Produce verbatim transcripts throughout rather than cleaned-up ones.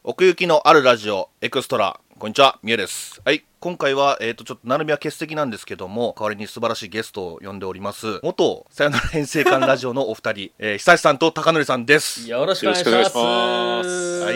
奥行きのあるラジオエクストラ。こんにちは、みえです。はい、今回は、えっ、ー、と、ちょっとなるみは欠席なんですけども、代わりに素晴らしいゲストを呼んでおります。元さよなら編成館ラジオのお二人、えー、久志さんと高則さんです。 よろしくお願いします。 はい、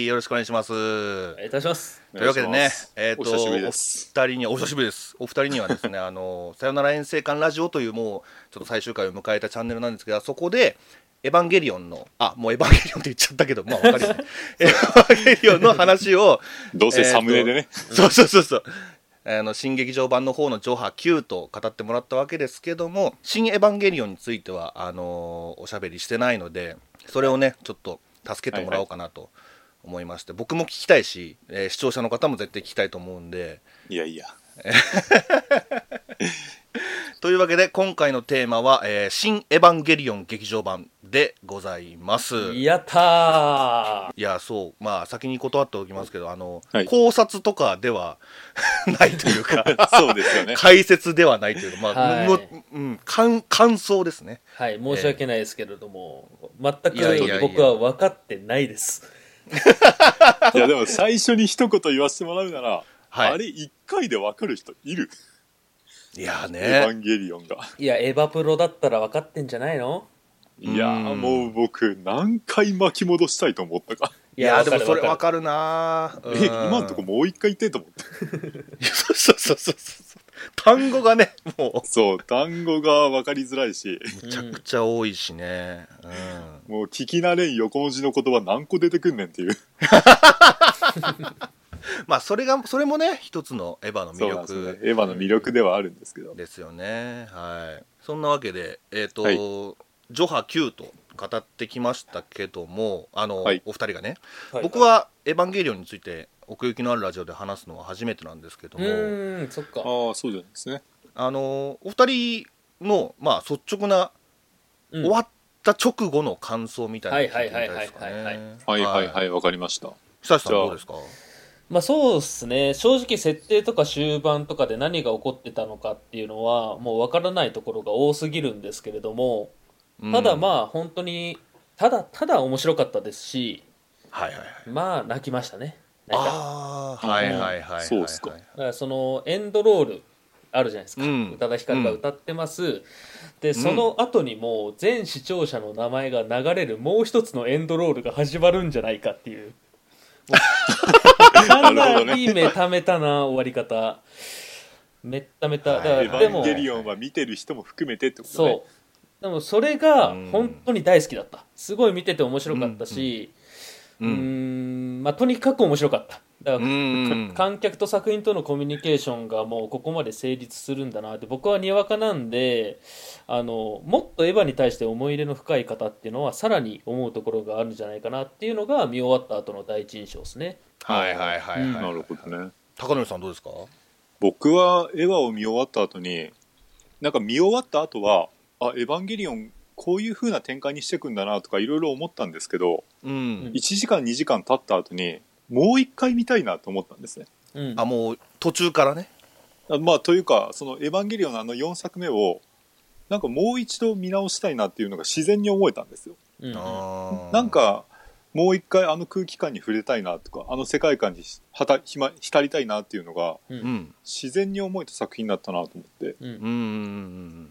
よろしくお願いします。お願いいたします。 というわけでね、えっ、ー、と、 お久しぶりです。 お二人には、お久しぶりです。お二人にはですね、あの、さよなら編成館ラジオというもう、ちょっと最終回を迎えたチャンネルなんですけど、そこで、エヴァンゲリオンの、あ、もうエヴァンゲリオンって言っちゃったけど、まあわかるよね。エヴァンゲリオンの話を、 どうせサムネでね。 えー、そうそうそうそう。あの、新劇場版の方のジョハきゅうと語ってもらったわけですけども、新エヴァンゲリオンについては、あのー、おしゃべりしてないので、それをね、ちょっと助けてもらおうかなと思いまして、はいはい、僕も聞きたいし、えー、視聴者の方も絶対聞きたいと思うんで。 いやいや。 というわけで今回のテーマは、えー、新エヴァンゲリオン劇場版でございます。 やったー。 いや、そうまあ先に断っておきますけど、あの、 はい、 考察とかではないというかそうですよね。 解説ではないというか、まあ、 はい、 もうん、感感想ですね。 はい、申し訳ないですけれども、えー、全く僕は分かってないです。 いやでも最初に一言言わせてもらうなら、はい、あれいっかいで分かる人いる？ いやね、 エヴァンゲリオンが。 いやエヴァプロだったら分かってんじゃないの？ いやもう僕何回巻き戻したいと思ったか。 いやでもそれ分かるな。 え今のとこもう一回言ってと思ってそうそうそうそう、単語がねもうそう単語が分かりづらいし、 むちゃくちゃ多いしね、 うん、もう聞き慣れん横文字の言葉何個出てくんねんっていうまあそれがそれもね一つのエヴァの魅力、 そうなんですね、エヴァの魅力ではあるんですけど、 ですよね。はい。そんなわけでえっ、ー、と、はい、ジョハきゅうと語ってきましたけども、あの、はい、お二人がね、はい、僕はエヴァンゲリオンについて奥行きのあるラジオで話すのは初めてなんですけども、 うーん、そっか。 ああそうなんですね。 あのお二人のまあ率直な、うん、終わった直後の感想みたいなのを聞いてみたいですかね。 はいはいはい、わかりました。 久志さんどうですか？ まあそうですね、正直設定とか終盤とかで何が起こってたのかっていうのはもう分からないところが多すぎるんですけれども、ただまあ本当にただただ面白かったですし、 はいはいはい、 まあ泣きましたね。 ああはいはいはいはい、 そうですか。 だからそのエンドロールあるじゃないですか、うん、宇多田ヒカルが歌ってます、うん、でその後にもう全視聴者の名前が流れるもう一つのエンドロールが始まるんじゃないかっていうかなりめためたな終わり方、めっためた。だからエヴァンゲリオンは見てる人も含めてってことね。 そうでもそれが本当に大好きだった。すごい見てて面白かったし、うん、うん、うーんまあとにかく面白かった。だから観客と作品とのコミュニケーションがもうここまで成立するんだなって。僕はにわかなんで、あのもっとエヴァに対して思い入れの深い方っていうのはさらに思うところがあるんじゃないかなっていうのが見終わった後の第一印象ですね。 はいはいはい、はい、うん、 なるほどね。 高則さんどうですか？ 僕はエヴァを見終わった後になんか見終わった後はあエヴァンゲリオンこういう風な展開にしていくんだなとかいろいろ思ったんですけど、うん、いちじかんにじかん経った後にもう一回見たいなと思ったんですね、 うん、あもう途中からね。 まあというかそのエヴァンゲリオンのあのよんさくめをなんかもう一度見直したいなっていうのが自然に思えたんですよ、うん、あなんかもう一回あの空気感に触れたいなとかあの世界観にはたひま浸りたいなっていうのが、うん、自然に思えた作品だったなと思って、うん、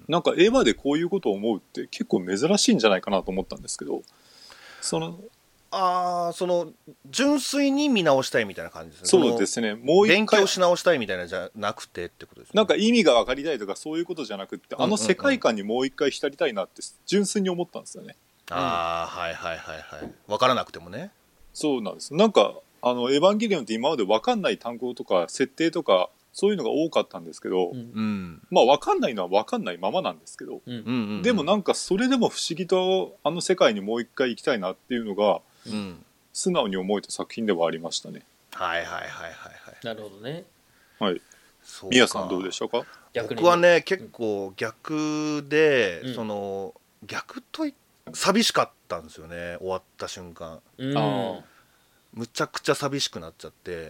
なんかエヴァでこういうことを思うって結構珍しいんじゃないかなと思ったんですけど、そのあその純粋に見直したいみたいな感じですね。 そうですね。もう一回勉強し直したいみたいなじゃなくてってことですね。 なんか意味が分かりたいとかそういうことじゃなくて、あの世界観にもう一回浸りたいなって純粋に思ったんですよね。 ああ、うん、はいはいはいはい。分からなくてもね。 そうなんです。なんかあのエヴァンゲリオンって今まで分かんない単語とか設定とかそういうのが多かったんですけど、うん、まあ分かんないのは分かんないままなんですけど、うん、でもなんかそれでも不思議とあの世界にもう一回行きたいなっていうのが、うん、素直に思えた作品ではありましたね。 はいはいはいはいはいなるほどね。 はい。みやさんどうでしたか？ 僕はね結構逆で、うん、その逆とい寂しかったんですよね。終わった瞬間、うん、あむちゃくちゃ寂しくなっちゃって、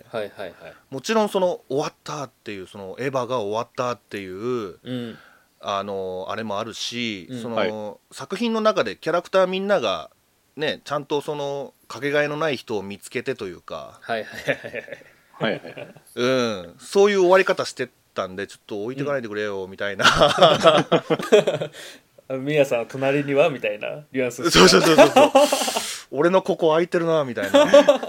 はいはいはい、 もちろんその終わったっていうそのエヴァが終わったっていう、うん、あのあれもあるし、うん、その、はい、作品の中でキャラクターみんながねちゃんとそのかけがえのない人を見つけてというか、 はいはいはいはいはいはい。 うん、そういう終わり方してたんで、ちょっと置いてかないでくれよみたいな、 うん、ミヤさんは隣にはみたいなニュアンスそうそうそうそうそう俺のここ空いてるなみたいな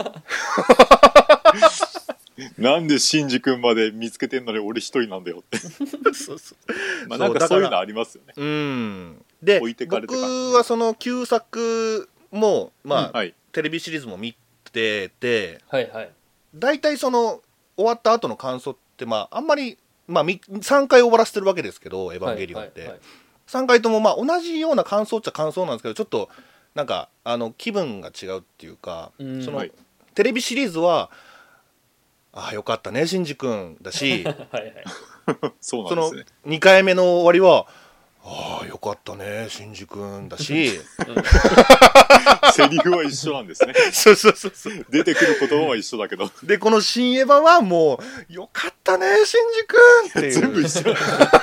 なんでシンジ君まで見つけてんのに俺一人なんだよってそうそうまあなんかそういうのありますよね。 うんで置いてかれて僕感じはその旧作もまあ、 うんはい、 テレビシリーズも見てて、 はいはい大体その終わった後の感想ってまああんまり、まあ、さんかい終わらせてるわけですけどエヴァンゲリオンって、 はいはいはい、 さんかいともまあ同じような感想っちゃ感想なんですけど、ちょっとなんかあの気分が違うっていうか、 うんその、 はい、 テレビシリーズはああよかったねシンジ君だしはいはいそうなんですね。 そのにかいめの終わりはああよかったねシンジ君だしセリフは一緒なんですね。 そうそうそうそう出てくる言葉は一緒だけどでこの新エヴァはもうよかったねシンジ君っていう全部一緒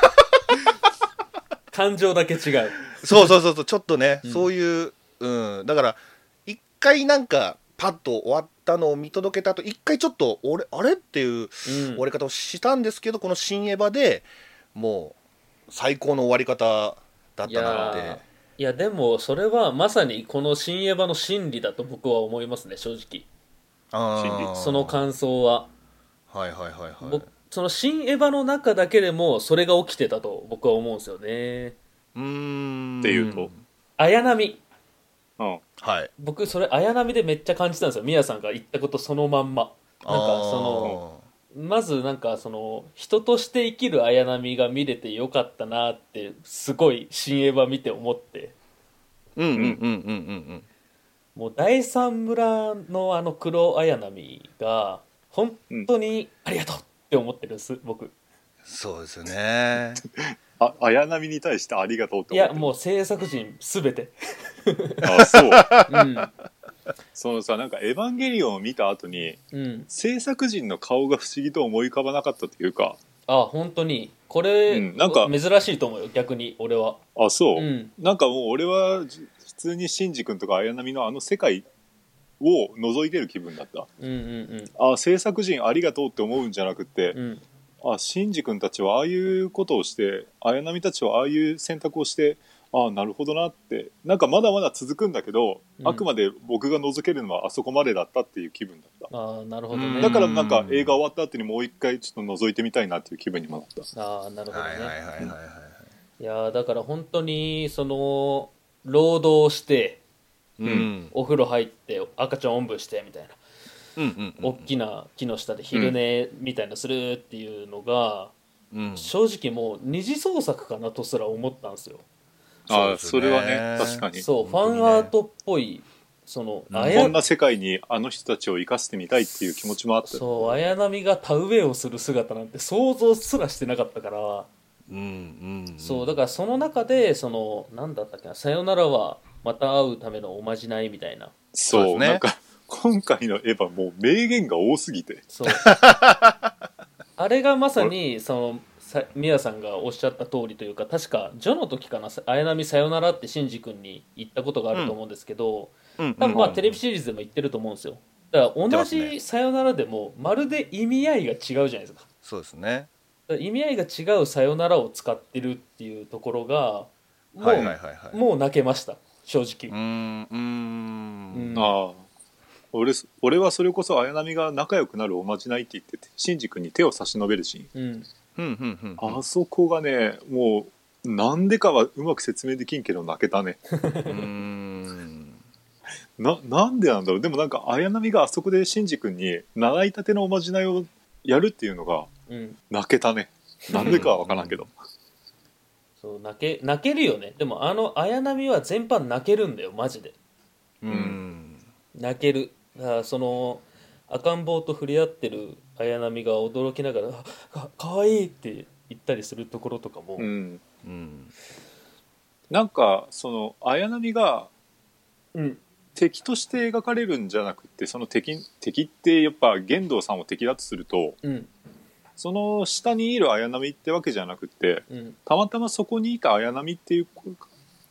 感情だけ違うそうそうそうそうちょっとね、 うん、 そういう、うん、だから一回なんかパッと終わったのを見届けた後一回ちょっと俺あれっていう終わり方をしたんですけど、うん、この新エヴァでもう最高の終わり方だったなって。 いやいやでもそれはまさにこの新エヴァの真理だと僕は思いますね正直。 あその感想ははいはいはいはい僕その新エヴァの中だけでもそれが起きてたと僕は思うんですよね。 うーんっていうと綾波、 うん、 はい、 僕それ綾波でめっちゃ感じたんですよ。ミヤさんが言ったことそのまんま。なんかそのまずなんかその人として生きる綾波が見れてよかったなってすごい新エヴァ見て思って、 うんうんうんうんうんうんもう第三村のあの黒綾波が本当にありがとうって思ってるんです僕。 そうですよねあ綾波に対してありがとうっていやもう制作陣すべてあそう、 うん、 そのさなんかエヴァンゲリオンを見た後に、 うん、 制作陣の顔が不思議と思い浮かばなかったというか、 あ本当にこれ、 うん、なんか珍しいと思うよ逆に俺は。 あそう、 うん、 なんかもう俺は普通にシンジ君とか綾波のあの世界を覗いてる気分だった、 うんうんうん、 あ制作陣ありがとうって思うんじゃなくて、 うん、 あシンジ君たちはああいうことをして綾波たちはああいう選択をしてああなるほどなってなんかまだまだ続くんだけど、うん、あくまで僕が覗けるのはあそこまでだったっていう気分だった。 あなるほどね。 だからなんか映画終わった後にもう一回ちょっと覗いてみたいなっていう気分にもなった。 あなるほどね。 はいはいはいはいはい、 いやだから本当にその労働して、 うん、 お風呂入って赤ちゃんおんぶしてみたいな、 うんうんうん、 大きな木の下で昼寝みたいなするっていうのが、うん、正直もう二次創作かなとすら思ったんですよ。 ああそれはね確かにそう、ファンアートっぽいその、 うん、こんな世界にあの人たちを生かしてみたいっていう気持ちもあった。 そう綾波が田植えをする姿なんて想像すらしてなかったから、 うんうんうん、 そうだからその中でその何だったっけな、さよならはまた会うためのおまじないみたいな。 そう、そうね、なんか今回のエヴァもう名言が多すぎて、 そうあれがまさにそのミヤさんがおっしゃった通りというか、確かジョの時かな、綾波さよならってシンジ君に言ったことがあると思うんですけど、うん、多分まあテレビシリーズでも言ってると思うんですよ。だから同じさよならでもまるで意味合いが違うじゃないですか。 そうですね。 だから意味合いが違うさよならを使ってるっていうところがもう、はいはいはいはい、もう泣けました正直。 うーんうーん、 うん、ああ俺, 俺はそれこそ綾波が仲良くなるおまじないって言っててシンジ君に手を差し伸べるシーン、うんうんうんうん、あそこがねもうなんでかはうまく説明できんけど泣けたねうーん な, なんでなんだろう。でもなんか綾波があそこでシンジ君に習いたてのおまじないをやるっていうのが泣けたね、うん、なんでかは分からんけどそう泣け泣けるよね。でもあの綾波は全般泣けるんだよマジで。うん、泣ける。だからその赤ん坊と触れ合ってる綾波が驚きながらか, かわいいって言ったりするところとかも、うんうん、なんかその綾波が敵として描かれるんじゃなくて、その 敵, 敵ってやっぱ玄道さんを敵だとすると、うん、その下にいる綾波ってわけじゃなくて、うん、たまたまそこにいた綾波っていう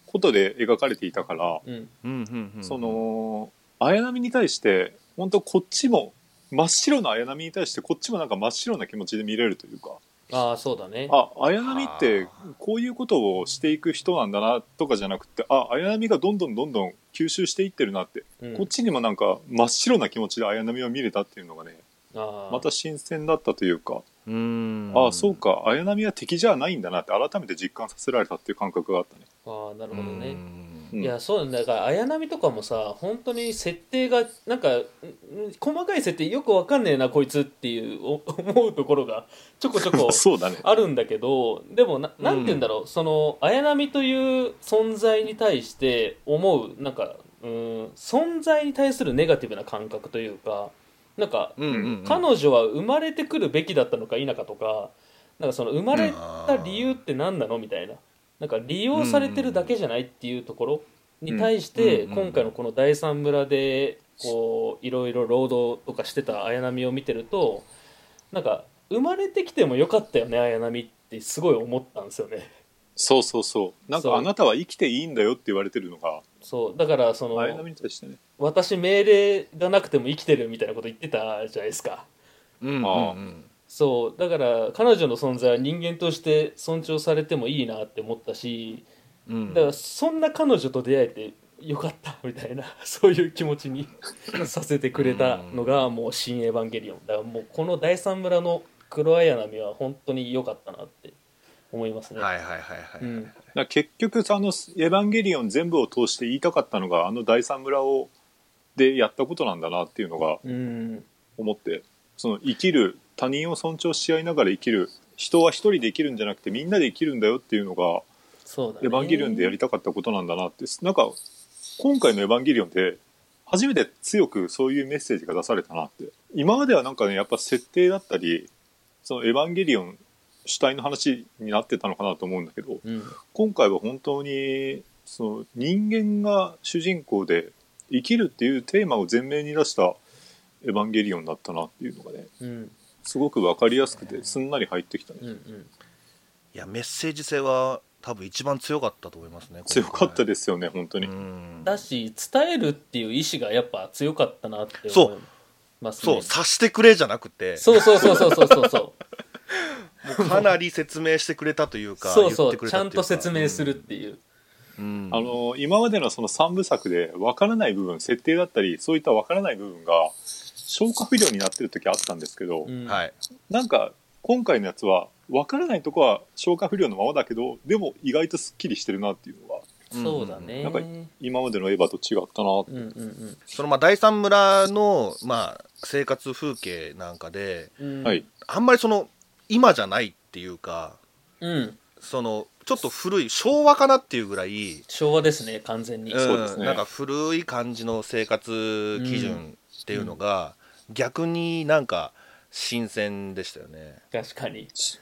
ことで描かれていたから、 うんその綾波に対して本当こっちも真っ白な綾波に対してこっちもなんか真っ白な気持ちで見れるというか、 ああそうだね、 あ、綾波ってこういうことをしていく人なんだなとかじゃなくて、あ、綾波がどんどんどんどん吸収していってるなって、うん、こっちにもなんか真っ白な気持ちで綾波を見れたっていうのがね、あまた新鮮だったというか、うーん、ああそうか、綾波は敵じゃないんだなって改めて実感させられたっていう感覚があったね。 ああなるほどね。いやそうなんだ、だから綾波とかもさ本当に設定がなんか細かい設定よくわかんねえなこいつっていう思うところがちょこちょこあるんだけどでも な, なんて言うんだろう、うん、その綾波という存在に対して思うなんかうん存在に対するネガティブな感覚というかなんか、うんうんうん、彼女は生まれてくるべきだったのか否かとかなんかその生まれた理由って何なのみたいななんか利用されてるだけじゃないっていうところに対して今回のこの第三村でこういろいろ労働とかしてた綾波を見てるとなんか生まれてきてもよかったよね綾波ってすごい思ったんですよね。 そうそうそうなんかあなたは生きていいんだよって言われてるのがそうだからその綾波に対してね私命令がなくても生きてるみたいなこと言ってたじゃないですか。うんうんうんそうだから彼女の存在は人間として尊重されてもいいなって思ったし、うん、だからそんな彼女と出会えてよかったみたいなそういう気持ちにさせてくれたのがもう「新エヴァンゲリオン」だからもうこの第三村の黒綾波は本当に良かったなって思いますね。 はいはいはいはい、うん、 だ結局あのエヴァンゲリオン全部を通して言いたかったのがあの第三村をでやったことなんだなっていうのが思って、うん、その生きる他人を尊重し合いながら生きる人は一人で生きるんじゃなくてみんなで生きるんだよっていうのがそうだね、 エヴァンゲリオンでやりたかったことなんだなってなんか今回のエヴァンゲリオンで初めて強くそういうメッセージが出されたなって今まではなんかねやっぱ設定だったりそのエヴァンゲリオン主体の話になってたのかなと思うんだけど、うん、今回は本当にその人間が主人公で生きるっていうテーマを前面に出したエヴァンゲリオンだったなっていうのがね、うん、すごく分かりやすくてすんなり入ってきたね、うんうん、 いやメッセージ性は多分一番強かったと思いますね。 強かったですよね本当に。 だし伝えるっていう意志がやっぱ強かったなって思いますね。 そう察してくれじゃなくてそうそうそうそうそうそうもうかなり説明してくれたというかそうそうちゃんと説明するっていう、 うん、あの今までのそのさんぶさくで分からない部分設定だったりそういった分からない部分が消化不良になってる時あったんですけど、うん、なんか今回のやつは分からないとこは消化不良のままだけどでも意外とすっきりしてるなっていうのがそうだねなんか今までのエヴァと違ったなって、うんうんうん、 そのまあ第三村のまあ生活風景なんかで、うん、あんまりその今じゃないっていうか、うん、そのちょっと古い昭和かなっていうぐらい昭和ですね完全に、 うん、そうですねなんか古い感じの生活基準っていうのが、うん、逆になんか新鮮でしたよね。 確かにち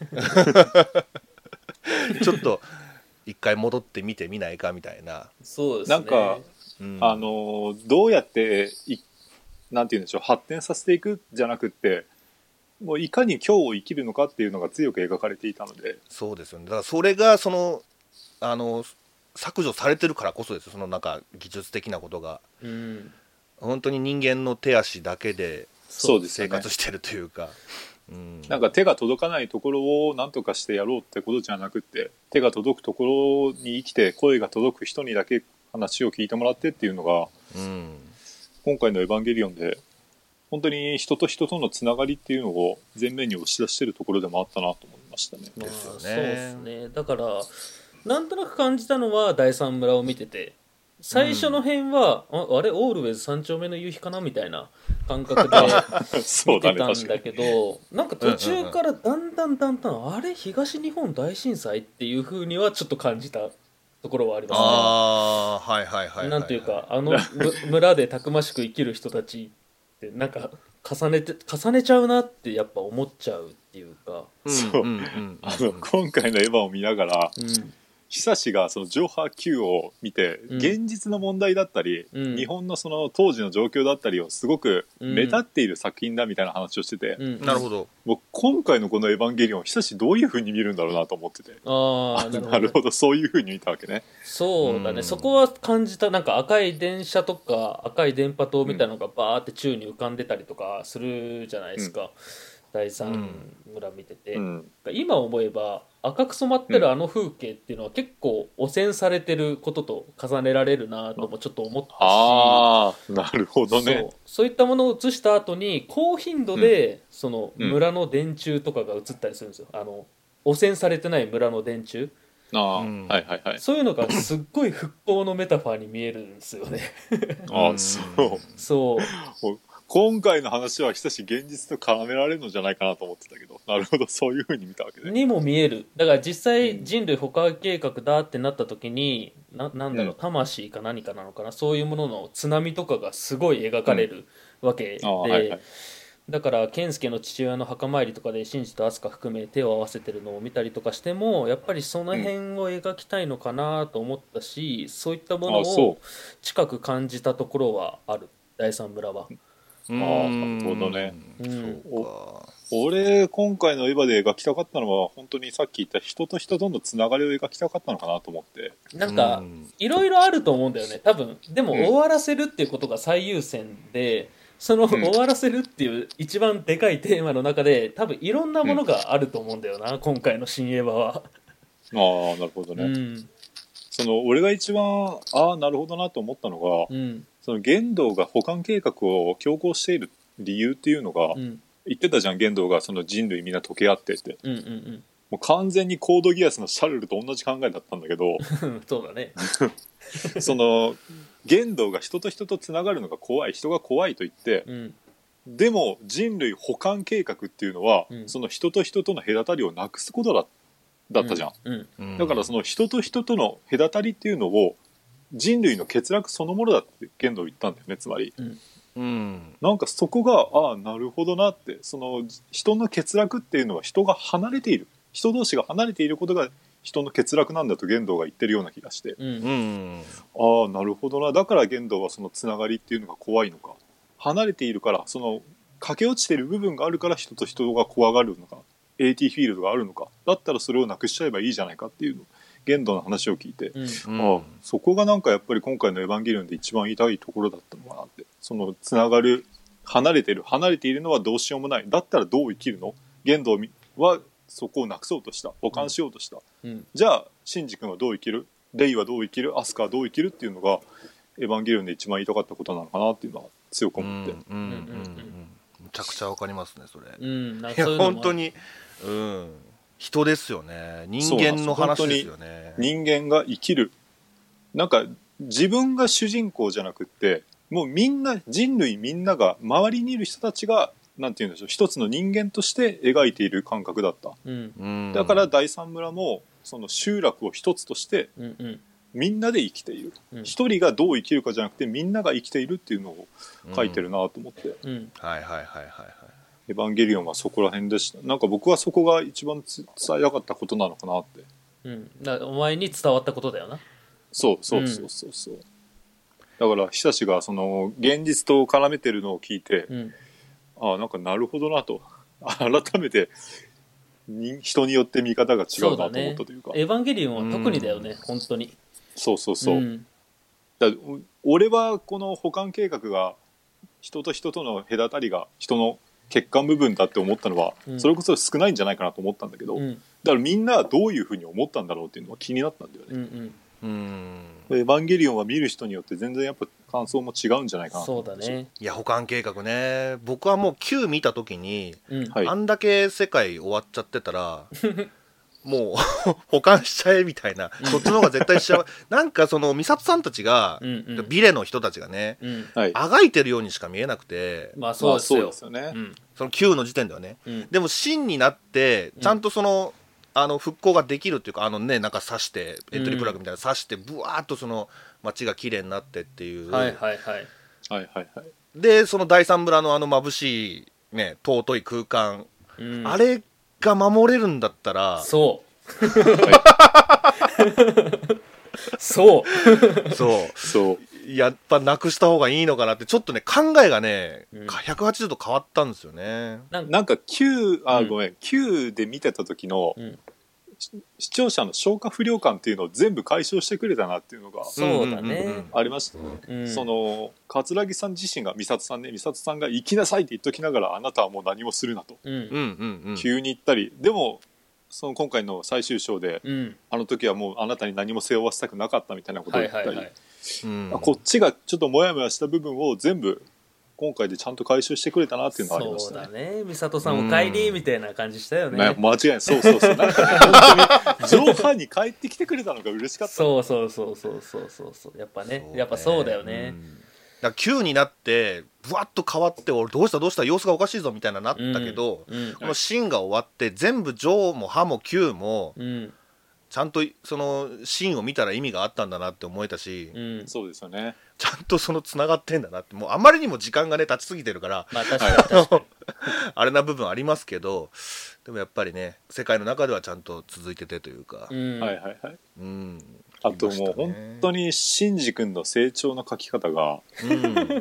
ょっと一回戻って見てみないかみたいな。 そうですねなんか、うん、あのどうやっていなんて言うんでしょう発展させていくじゃなくってもういかに今日を生きるのかっていうのが強く描かれていたので。 そうですよね。だからそれがそのあの削除されてるからこそですよ。そのなんか技術的なことが、うん、本当に人間の手足だけで生活してるというか、 うん、なんか手が届かないところを何とかしてやろうってことじゃなくって手が届くところに生きて声が届く人にだけ話を聞いてもらってっていうのが、うん、今回のエヴァンゲリオンで本当に人と人とのつながりっていうのを前面に押し出してるところでもあったなと思いましたね。 ですよね。そうですね。だからなんとなく感じたのは第三村を見てて最初の辺は、うん、あ, あれオールウェイズ三丁目の夕日かなみたいな感覚で見てたんだけどね、なんか途中からだんだんだんだんあれ東日本大震災っていう風にはちょっと感じたところはありますね。 ああはいはいはい、はい、 なんというかあの村でたくましく生きる人たちってなんか重ねて重ねちゃうなってやっぱ思っちゃうっていうか、 そう、うんうんうん、あの今回のエヴァを見ながら、うん久志がそのジョーハ Q を見て、 うん現実の問題だったり、 うん日本のその当時の状況だったりをすごく目立っている作品だみたいな話をしてて、 うんなるほど。 僕今回のこのエヴァンゲリオン久志どういう風に見るんだろうなと思ってて、 ああ、 なるほどそういう風に見たわけね。 そうだね、 うんそこは感じた。なんか赤い電車とか赤い電波塔みたいなのがバーって宙に浮かんでたりとかするじゃないですか、うん、第三村見てて、うん、今思えば赤く染まってるあの風景っていうのは結構汚染されてることと重ねられるなともちょっと思ったし、 ああなるほどね。 そう、そういったものを映した後に高頻度でその村の電柱とかが映ったりするんですよ。あの汚染されてない村の電柱、 あ、うん、はいはいはい、 そういうのがすっごい復興のメタファーに見えるんですよねああそうそう今回の話は久し現実と絡められるのじゃないかなと思ってたけど、なるほどそういう風に見たわけでにも見える。だから実際人類捕獲計画だってなった時に、うん、な, なんだろう魂か何かなのかな、そういうものの津波とかがすごい描かれるわけで、うんはいはい、だから健介の父親の墓参りとかでシンジとアスカ含め手を合わせてるのを見たりとかしてもやっぱりその辺を描きたいのかなと思ったし、うん、そういったものを近く感じたところはある第三村は。 ああなるほどね、うん、そうか。俺今回のエヴァで描きたかったのは本当にさっき言った人と人とのつながりを描きたかったのかなと思って、 なんかいろいろあると思うんだよね多分。でも終わらせるっていうことが最優先で、うん、その終わらせるっていう一番でかいテーマの中で多分いろんなものがあると思うんだよな、うん、今回の新エヴァは。ああなるほどね、うん、その俺が一番ああなるほどなと思ったのが、うんその玄道が保管計画を強行している理由っていうのが、うん、言ってたじゃん玄道がその人類みんな溶け合ってって、うんうんうん、もう完全にコードギアスのシャルルと同じ考えだったんだけどそうだねその玄道が人と人とつながるのが怖い人が怖いと言って、うん、でも人類保管計画っていうのは、うん、その人と人との隔たりをなくすことだだったじゃん、うんうん、だからその人と人との隔たりっていうのを人類の欠落そのものだって玄道言ったんだよねつまり、うん、なんかそこがああなるほどなって、その人の欠落っていうのは人が離れている人同士が離れていることが人の欠落なんだと玄道が言ってるような気がして、うん、ああなるほどな、だから玄道はそのつながりっていうのが怖いのか、離れているからその駆け落ちている部分があるから人と人が怖がるのか エーティー フィールドがあるのか、だったらそれをなくしちゃえばいいじゃないかっていうの玄道の話を聞いて、うん、ああそこがなんかやっぱり今回のエヴァンゲリオンで一番言いたいところだったのかなって、そのつながる離れてる離れているのはどうしようもない、だったらどう生きるの、玄道はそこをなくそうとした保管しようとした、うん、じゃあシンジ君はどう生きる、レイはどう生きる、アスカはどう生きるっていうのがエヴァンゲリオンで一番言いたかったことなのかなっていうのは強く思って、うんうんうんうん、 めちゃくちゃわかりますねそれ、うん、 なんかそういうのもいや本当にうん人ですよね、人間の話ですよね。 人間が生きる、なんか自分が主人公じゃなくってもうみんな人類みんなが周りにいる人たちがなんて言うんでしょう一つの人間として描いている感覚だった、うん、だから第三村もその集落を一つとしてみんなで生きている、うん、一人がどう生きるかじゃなくてみんなが生きているっていうのを書いてるなと思って、うんうん、 はいはいはいはいはいエヴァンゲリオンはそこら辺でした。なんか僕はそこが一番伝えたかったことなのかなって。 うん。だお前に伝わったことだよな。 そうそうそうそうそう。うん、だから久志がその現実と絡めてるのを聞いて、うん、ああなんかなるほどなと改めてに人によって見方が違うなと思ったというか。 うね、エヴァンゲリオンは特にだよね、うん、本当に。 そうそうそう。うん、だ俺はこの保管計画が人と人との隔たりが人の欠陥部分だって思ったのは、うん、それこそ少ないんじゃないかなと思ったんだけど、うん、だからみんなはどういうふうに思ったんだろうっていうのは気になったんだよね、うんうん、エヴァンゲリオンは見る人によって全然やっぱ感想も違うんじゃないかなと思って。 そうだね。 いや保管計画ね、僕はもうきゅう見た時に、うん、あんだけ世界終わっちゃってたらもう保管しちゃえみたいな、そっちの方が絶対幸せなんかその美里さんたちが、うんうん、ビレの人たちがね、うん、あがいてるようにしか見えなくて、 まあそうですよ、 まあ、そうですよね、うん、 そのきゅうの時点ではね、うん、でも真になってちゃんとその、うん、あの復興ができるっていうか、あのねなんか刺してエントリープラグみたいな刺してブワーッとその街が綺麗になってっていう、 はいはいはいはいはいはい、 でその第三村のあの眩しいね尊い空間、うん、あれが守れるんだったらそうそうそうそうやっぱなくした方がいいのかなってちょっとね考えがね、うん、ひゃくはちじゅうど変わったんですよね。 なんかきゅうあ、うん、ごめんきゅうで見てた時の、うん、視聴者の消化不良感っていうのを全部解消してくれたなっていうのがそうだねありました、うん、その桂木さん自身が美里さんね美里さんが行きなさいって言っときながらあなたはもう何もするなと、うん、急に言ったりでもその今回の最終章で、うん、あの時はもうあなたに何も背負わせたくなかったみたいなことを言ったり、はいはいはいうん、こっちがちょっとモヤモヤした部分を全部今回でちゃんと回収してくれたなっていうのがありましたね。 そうだね美里さんお帰りみたいな感じしたよね、ね間違いないそうそうそうなんかね本当に上半に帰ってきてくれたのが嬉しかったそうそうそうそうそうそうそうやっぱ ね, ねやっぱそうだよね、うんだきゅうになってブワッと変わって俺どうしたどうした様子がおかしいぞみたいななったけど、うんうん、このシーンが終わって全部ジョーもハもきゅうも、うん、ちゃんとそのシーンを見たら意味があったんだなって思えたし、うん、 そうですよねちゃんとそのつながってんだなってもうあまりにも時間がね経ちすぎてるから、 まあ、確かに確かにあれな部分ありますけどでもやっぱりね世界の中ではちゃんと続いててというか、 うん、はいはいはい、うんあともう本当にシンジ君の成長の書き方が、うん、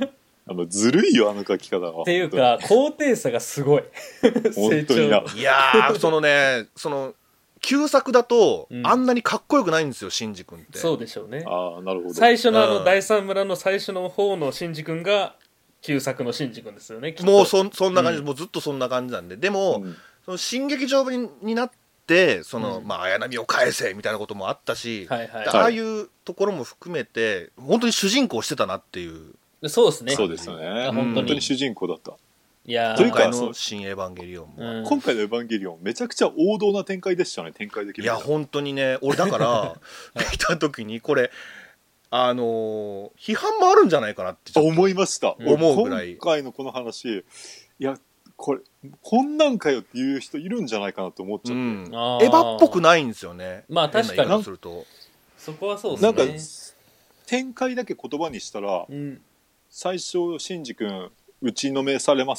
あのずるいよあの書き方がっていうか高低差がすごい本当にないやーそのねその旧作だと、うん、あんなにかっこよくないんですよシンジ君ってそうでしょうねあなるほど最初のあの第三村の最初の方のシンジ君が旧作のシンジ君ですよねもう そ, そんな感じ、うん、もうずっとそんな感じなんででも、うん、その新劇場にになってでその、うん、まあ綾波を返せみたいなこともあったし、はいはい、ああいうところも含めて本当に主人公してたなっていうそうですねそうですよね本当に主人公だったいや今回の新エヴァンゲリオンも、 うん、今回のエヴァンゲリオンめちゃくちゃ王道な展開でしたね展開できるいや本当にね俺だから見た時にこれあのー、批判もあるんじゃないかなって思いました思うぐらい今回のこの話いやこれこんなんかよっていう人いるんじゃないかなと思っちゃって、うん、 エヴァっぽくないんですよねまあ確かにするとそこはそうですねなんか展開だけ言葉にしたら、うん、最初シンジ君打ちのめされます、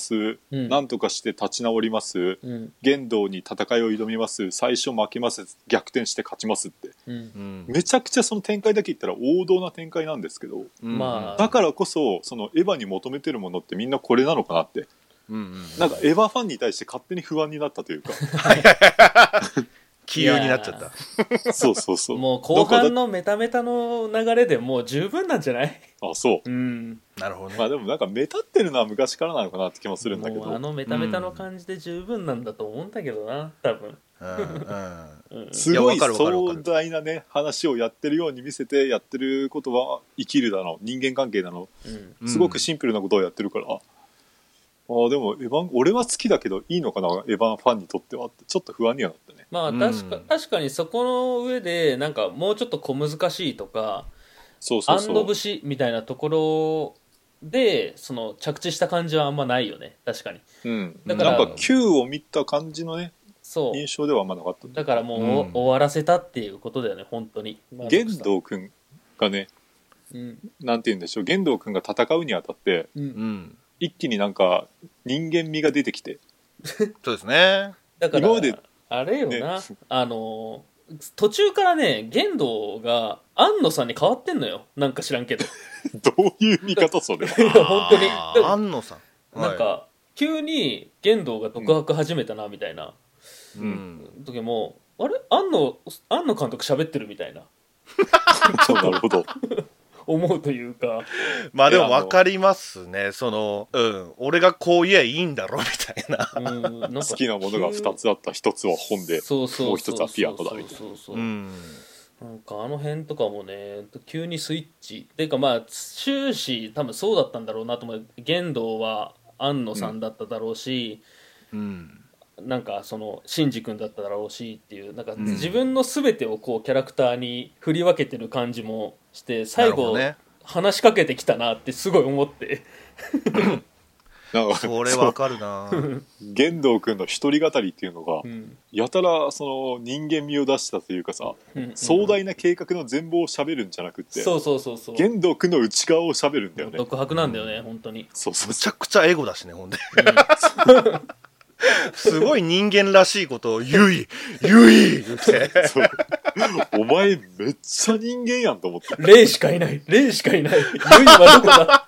うん、なんとかして立ち直ります、うん、玄道に戦いを挑みます最初負けます逆転して勝ちますって、うん、めちゃくちゃその展開だけ言ったら王道な展開なんですけど、うん、だからこそそのエヴァに求めてるものってみんなこれなのかなってうんうん、なんかエヴァファンに対して勝手に不安になったというか気憂になっちゃったそうそうそうもう後半のメタメタの流れでもう十分なんじゃないあそう、 うん、 なるほどねまあでもなんかメタってるのは昔からなのかなって気もするんだけどあのメタメタの感じで十分なんだと思うんだけどな多分、 うんうん、すごい壮大なね話をやってるように見せてやってることは生きるだの人間関係だの、うん、すごくシンプルなことをやってるから、ああでもエヴァン俺は好きだけどいいのかなエヴァンファンにとってはってちょっと不安にはなったねまあ確か、うん、確かにそこの上でなんかもうちょっと小難しいとかそうそうそう安堵節みたいなところでその着地した感じはあんまないよね確かに、 うん、だからなんか Q を見た感じのねそう印象ではあんまなかっただからもう、うん、終わらせたっていうことだよね本当に玄道くんがね、うん、なんて言うんでしょう玄道くんが戦うにあたって、うんうん一気になんか人間味が出てきてそうですねだから今まであれよな、ね、あの途中からね玄道が庵野さんに変わってんのよなんか知らんけどどういう見方それいや本当に庵野さん、 はい、なんか急に玄道が独白始めたなみたいな、うん、時もあれ庵野庵野監督喋ってるみたいななるほど思うというかまあでも分かりますねそのうん俺がこう言えばいいんだろうみたいな、うん、 なんか好きなものがふたつあったひとつは本でもうひとつはピアノだみたいななんかあの辺とかもね急にスイッチっていうかまあ終始多分そうだったんだろうなと思う玄道は庵野さんだっただろうし、うん、なんかそのシンジ君だっただろうしっていうなんか自分の全てをこうキャラクターに振り分けてる感じもして最後、ね、話しかけてきたなってすごい思ってなんかそれわかるな玄道くんの一人語りっていうのが、うん、やたらその人間味を出したというかさ、うん、壮大な計画の全貌を喋るんじゃなくて、 そうそうそうそう玄道くんの内側を喋るんだよね独白なんだよね、うん、本当にそうそうそうむちゃくちゃエゴだしねほんで、すごい人間らしいことを「ゆいゆい」言ってお前めっちゃ人間やんと思って。 霊しかいない霊しかいないユイはどこだ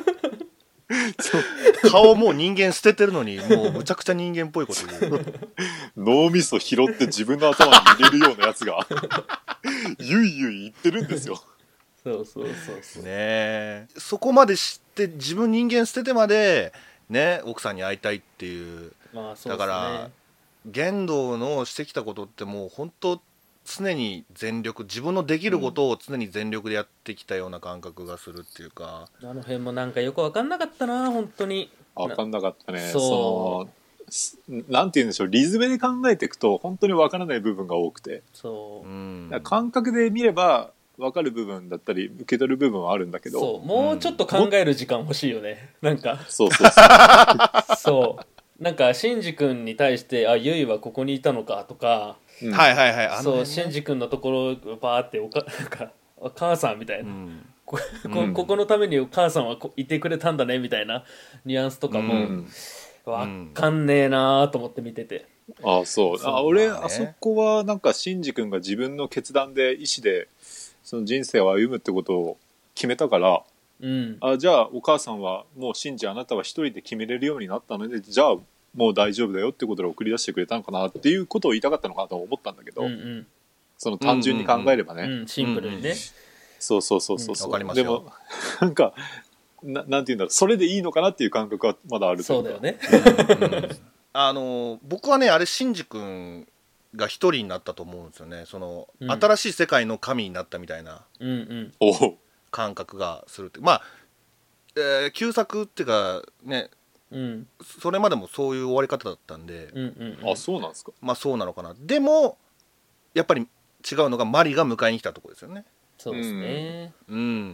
顔もう人間捨ててるのにもうむちゃくちゃ人間っぽいこと言う脳みそ拾って自分の頭に入れるようなやつがゆいゆい言ってるんですよ。 そうそうそうそうね。そこまで知って自分人間捨ててまでね奥さんに会いたいっていう、 まあそうですね、 だから玄道のしてきたことってもう本当常に全力、自分のできることを常に全力でやってきたような感覚がするっていうか、 うん、あの辺もなんかよく分かんなかったな本当に。 分かんなかったね。 そう、 そのなんて言うんでしょう、リズムで考えていくと本当に分からない部分が多くて、 そう、うん、 感覚で見れば分かる部分だったり受け取る部分はあるんだけど、 そうもうちょっと考える時間欲しいよね、うん、なんかそうそうそうそうなんかシンジ君に対してあユイはここにいたのかとか、 うん、はいはいはい、 あの、ね、そうシンジ君のところバーっておかなんかお母さんみたいな、うん、こ, ここのためにお母さんはいてくれたんだねみたいなニュアンスとかも、うん、分かんねえなと思って見てて、 ああそうあ俺、ね、あそこはなんかシンジ君が自分の決断で意思でその人生を歩むってことを決めたから、うん、あじゃあお母さんはもうシンジあなたは一人で決めれるようになったのでじゃあもう大丈夫だよってことで送り出してくれたのかなっていうことを言いたかったのかなと思ったんだけど、うんうん、その単純に考えればね、 うんうんうん、シンプルにね、 そうそうそうそう、 うん、わかりますよ。 でもなんか な, なんていうんだろうそれでいいのかなっていう感覚はまだあるというか。 そうだよね、 うんうん、あの僕はねあれシンジ君が一人になったと思うんですよね。その、うん、新しい世界の神になったみたいな感覚がするって、まあ、えー、旧作っていうかね、うん、それまでもそういう終わり方だったんで、 うんうんうん、あそうなんですか。 まあそうなのかな。でもやっぱり違うのがマリが迎えに来たところですよね。 そうですね、 うん、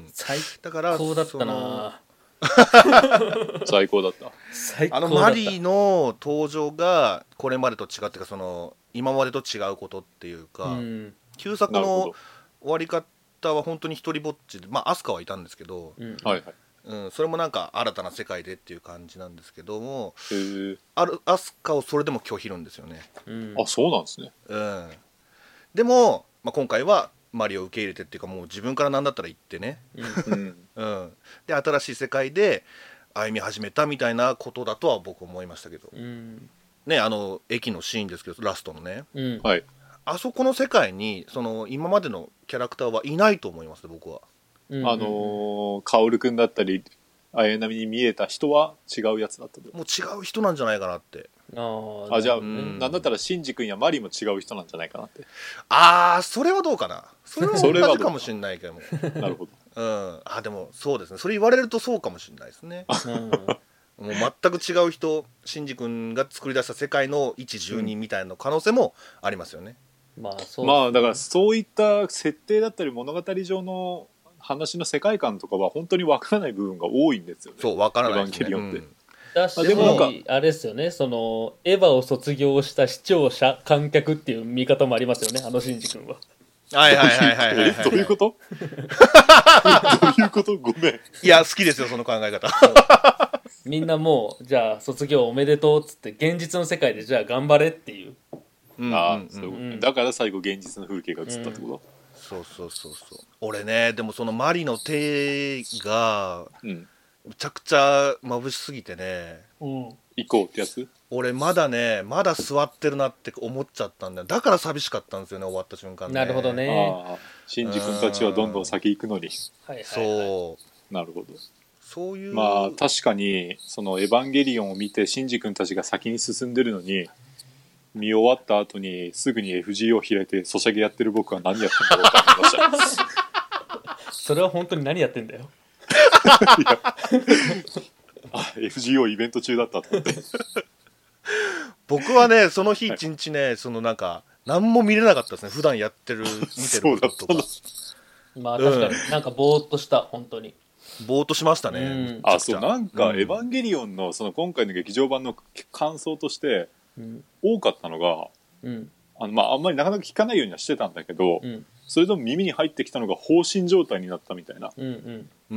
最高だったな最高だった最高だった。 あのマリの登場がこれまでと違ってかその今までと違うことっていうか、うん、旧作の終わり方は本当に一人ぼっちでまあアスカはいたんですけど、うんはいはいうん、それもなんか新たな世界でっていう感じなんですけども、あるアスカをそれでも拒否るんですよね、 うん、あそうなんですね、 うん、でも、まあ、今回はマリを受け入れてっていうかもう自分から何だったら言ってね、うんうん、で新しい世界で歩み始めたみたいなことだとは僕思いましたけど、うん、ねあの駅のシーンですけどラストのね、うん、あそこの世界にその今までのキャラクターはいないと思います僕は、 うん、あのー、薫君だったり綾波に見えた人は違うやつだったもう違う人なんじゃないかなって。 ああじゃあ、うん、なんだったらシンジ君やマリも違う人なんじゃないかなって。 ああそれはどうかな。それは同じかもしれないけどもなるほど、 うん、あでもそうですねそれ言われるとそうかもしれないですね、うん、もう全く違う人シンジ君が作り出した世界の一住人みたいな可能性もありますよね、 うん、まあそうですね。 まあだからそういった設定だったり物語上の話の世界観とかは本当に分からない部分が多いんですよね。 そう分からないですね、 エヴァンゲリオンって、うんだし、でもなんかあれですよねそのエヴァを卒業した視聴者観客っていう見方もありますよねあのシンジ君は。 はいはいはいはいはい、はい、 どういうことどういうことごめんいや好きですよその考え方みんなもうじゃあ卒業おめでとうっつって現実の世界でじゃあ頑張れっていう、 うん、ああそう、うん、だから最後現実の風景が映ったってこと、うん、 そうそうそうそう俺ねでもそのマリの手が、うんむちゃくちゃ眩しすぎてね、 うん、行こうってやつ俺まだねまだ座ってるなって思っちゃったんだよ。だから寂しかったんですよね終わった瞬間ね。 なるほどね。 ああシンジ君たちはどんどん先行くのに、 はいはいはい、 そうなるほど。 そういうまあ確かにそのエヴァンゲリオンを見てシンジ君たちが先に進んでるのに見終わった後にすぐに エフジーオー 開いてソシャゲやってる僕は何やってんだろうと思いましたそれは本当に何やってんだよいやあ エフジーオー イベント中だったと思って僕はねその日一日ね、はい、そのなんか何も見れなかったですね普段やってる見てることとかまあ確かに、うん、なんかぼーっとした本当にぼーっとしましたね、うん、 あそうなんか、うん、エヴァンゲリオンのその今回の劇場版の感想として、うん、多かったのが、うん、あのまああんまりなかなか聞かないようにはしてたんだけど、うん、それとも耳に入ってきたのが放心状態になったみたいな、うんうん、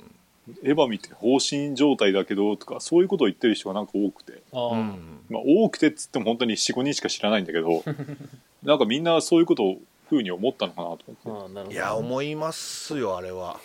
エヴァ見て放心状態だけどとかそういうことを言ってる人がなんか多くて、あ、まあ、多くてっつっても本当に よん,ご 人しか知らないんだけどなんかみんなそういうことをふうに思ったのかなと思って。 いや思いますよあれは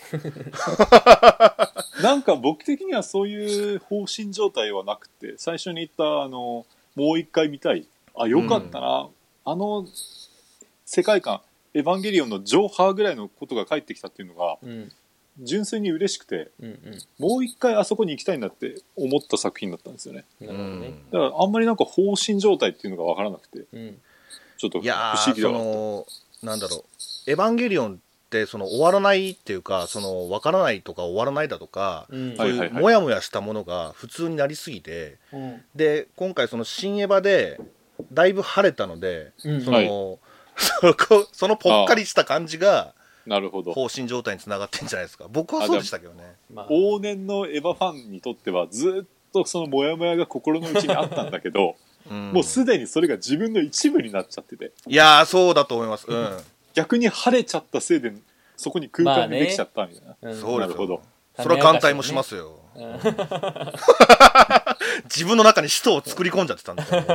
なんか僕的にはそういう放心状態はなくて、最初に言ったあのもう一回見たい、あよかったな、うん、あの世界観エヴァンゲリオンのジョーハーぐらいのことが返ってきたっていうのが、うん、純粋に嬉しくて、うんうん、もう一回あそこに行きたいなって思った作品だったんですよね。なるほどね。だからあんまりなんか放心状態っていうのが分からなくて、うん、ちょっと不思議だなと。いやそのなんだろう、エヴァンゲリオンってその終わらないっていうか、その分からないとか終わらないだとか、うん、そういうモヤモヤしたものが普通になりすぎて、うん、で今回その新エヴァでだいぶ晴れたので、うん、その、はい、そこそのぽっかりした感じがなるほど放心状態につながってんじゃないですか。僕はそうでしたけどね。 まあ、往年のエヴァファンにとってはずっとそのモヤモヤが心の内にあったんだけど、うん、もうすでにそれが自分の一部になっちゃってて、 いやーそうだと思います、うん、 逆に晴れちゃったせいでそこに空間ができちゃったみたいな、まあね、 そうなるほど、それは眼帯もしますよ、うん、自分の中に使徒を作り込んじゃってたんだよ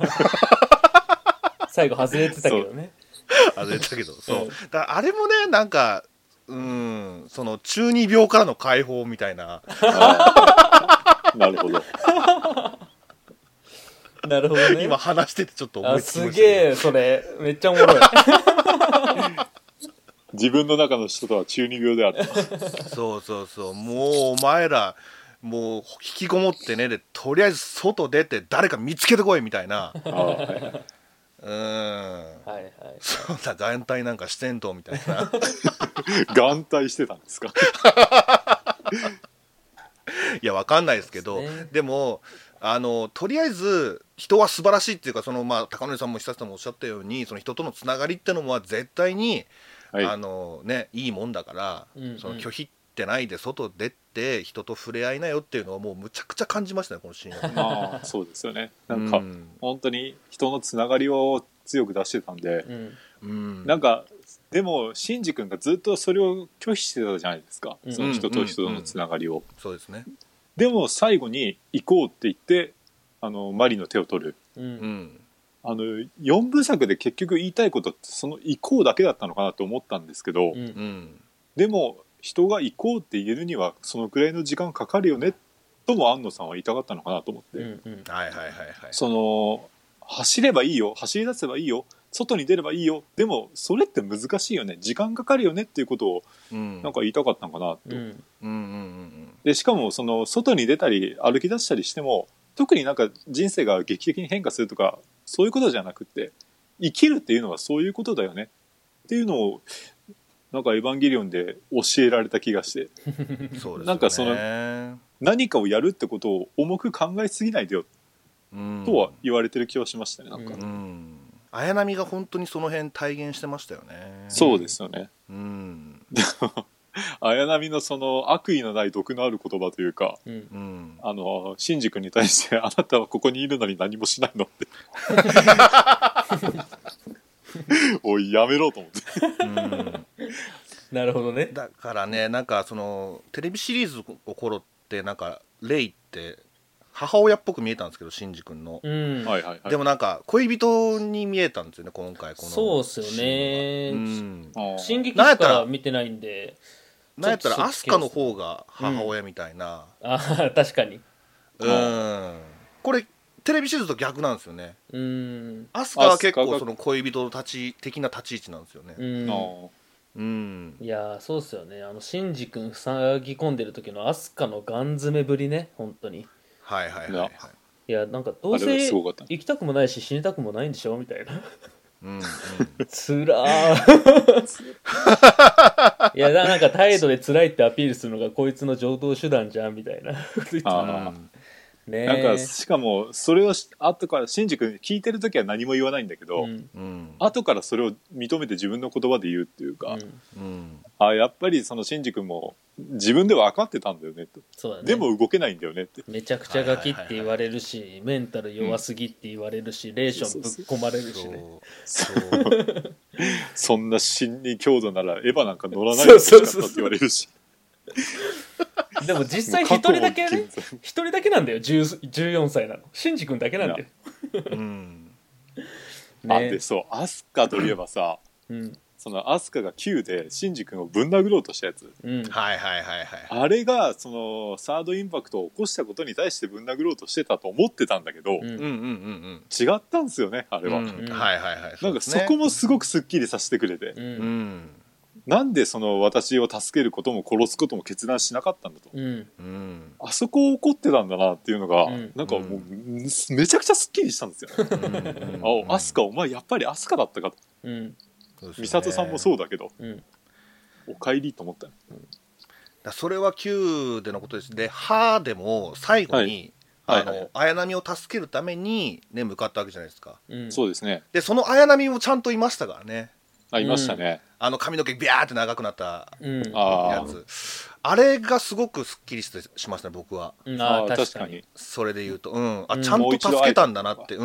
最後外れてたけどね外れてたけどそう、うん、だからあれもねなんかうんその中二病からの解放みたいななるほどなるほどね。 今話しててちょっと思いつきました、ね、 すげえそれめっちゃおもろい自分の中の人とは中二病であるそうそうそう、もうお前らもう引きこもってねでとりあえず外出て誰か見つけてこいみたいなあ、はいはい、うんはいはい、そんな眼帯なんかしてんとみたいな眼帯してたんですかいやわかんないですけど、ね、でもあのとりあえず人は素晴らしいっていうか、その、まあ、高典さんも久さんもおっしゃったようにその人とのつながりってのは絶対に、はい、あのね、いいもんだから、うんうん、その拒否ってないで外出て人と触れ合いなよっていうのはもうむちゃくちゃ感じましたねこのシーンは。あそうですよね、なんか、うん、本当に人のつながりを強く出してたんで、うん、なんかでもシンジ君がずっとそれを拒否してたじゃないですか、うん、その人と人とのつながりを、うんうんうん、 そうですね。 でも最後に行こうって言ってあのマリの手を取る、うん、あのよんぶ作で結局言いたいことってその行こうだけだったのかなと思ったんですけど、うん、でも人が行こうって言えるにはそのくらいの時間かかるよねとも安野さんは言いたかったのかなと思って、うんうん、 はいはいはいはい、 その走ればいいよ走り出せばいいよ外に出ればいいよ、でもそれって難しいよね時間かかるよねっていうことをなんか言いたかったのかなと、うんうんうんうん、でしかもその外に出たり歩き出したりしても特になんか人生が劇的に変化するとかそういうことじゃなくて生きるっていうのはそういうことだよねっていうのをなんかエヴァンゲリオンで教えられた気がしてそうですよね、なんかその何かをやるってことを重く考えすぎないでよ、うん、とは言われてる気はしましたね。なんか、うん、 綾波が本当にその辺体現してましたよね。 そうですよね、うん、綾波のその悪意のない毒のある言葉というか、うん、あのシンジ君に対してあなたはここにいるのに何もしないのっておいやめろと思って、うん、 なるほどね。 だからねなんかそのテレビシリーズの頃ってなんかレイって母親っぽく見えたんですけどシンジ君の、うん、でもなんか恋人に見えたんですよね今回このそうっすよね、うん、進撃しか見てないんでなんやったらアスカの方が母親みたいな、 うん、あ確かにうんこれテレビシリーズと逆なんですよね。うん、アスカは結構その恋人の立ち的な立ち位置なんですよね。うんうん、いやそうっすよね。あのシンジ君塞ぎ込んでる時のアスカのガン詰めぶりね本当に。 はいはいはいはい。 いやなんかどうせ行きたくもないし死にたくもないんでしょみたいな。うんうん、つらーいやなんか態度で辛いってアピールするのがこいつの常套手段じゃんみたいなあね、なんかしかもそれを後からシンジ君聞いてる時は何も言わないんだけど、うん、後からそれを認めて自分の言葉で言うっていうか、うん、あやっぱりそのシンジ君も自分で分かってたんだよねと。そうだね、でも動けないんだよねってめちゃくちゃガキって言われるし、はいはいはいはい、メンタル弱すぎって言われるし、うん、レーションぶっ込まれるしね。 そうそんな心理強度ならエヴァなんか乗らないでほしかったって言われるしでも実際一人だけね一人だけなんだよじゅうよんさいなのシンジ君だけなんだよ、うんね、あでそうアスカといえばさ、うん、 そのアスカがきゅうでシンジ君をぶん殴ろうとしたやつ、 うん、 はいはいはいはい。 あれがそのサードインパクトを起こしたことに対してぶん殴ろうとしてたと思ってたんだけど、 うん、 うんうんうんうん違ったんですよねあれは、 うん、はいはいはい。 なんかそこもすごくすっきりさせてくれて、 うん、 うん、 なんでその私を助けることも殺すことも決断しなかったんだと、 うんうん、 あそこを怒ってたんだなっていうのが、 うん、 なんかもうめちゃくちゃすっきりしたんですよね、あ、アスカお前やっぱりアスカだったかと、 うん、 美里さんもそうだけど、 うん、 お帰りと思った、ね、 だそれはきゅうでのことです。で歯でも最後に、はい、あの、はいはい、綾波を助けるためにね向かったわけじゃないですか、 うん、そうですね。 でその綾波もちゃんといましたからね。 あ、いましたね、 うん、あの髪の毛ビャーって長くなったやつ、うん、 あ, あれがすごくすっきりしましたね僕は、 うん、あ確かにそれで言うと、うん、あちゃんと助けたんだなって、うん、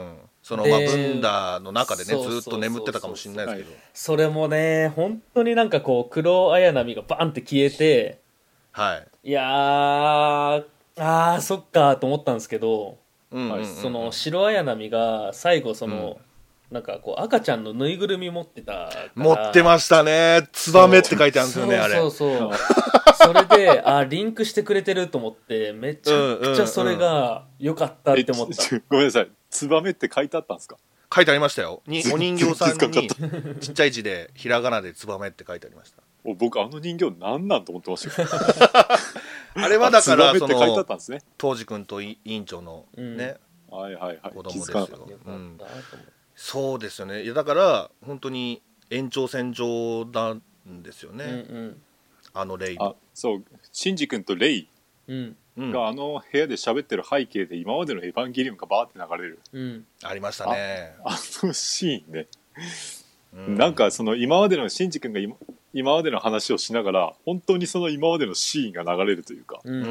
そのまあブンダの中でねずっと眠ってたかもしれないですけど、 それもね本当になんかこう黒綾波がバンって消えて、 はい、 いやーあーそっかと思ったんですけど、 うんうんうんうん、 その白綾波が最後その、うん、なんかこう赤ちゃんのぬいぐるみ持ってた持ってましたね。ツバメって書いてあるんですよね。あれそうそうそうそれであリンクしてくれてると思ってめちゃくちゃそれが良かったって思った、 うんうん、ごめんなさいツバメって書いてあったんですか？ 書いてありましたよ。にお人形さんにちっちゃい字でひらがなでツバメって書いてありました。 僕あの人形なんなんと思ってましたよあれはだからそのね、 当時君と委員長のね、 うん、はいはいはい、 子供ですよ、うん、そうですよね。いやだから本当に延長線上なんですよね、うんうん、あのレイあそうシンジ君とレイがあの部屋で喋ってる背景で今までのエヴァンゲリオンがバーって流れる、 うん、 ありましたねあ, あのシーンね、うん、なんかその今までのシンジ君が 今, 今までの話をしながら本当にその今までのシーンが流れるというか、 うん、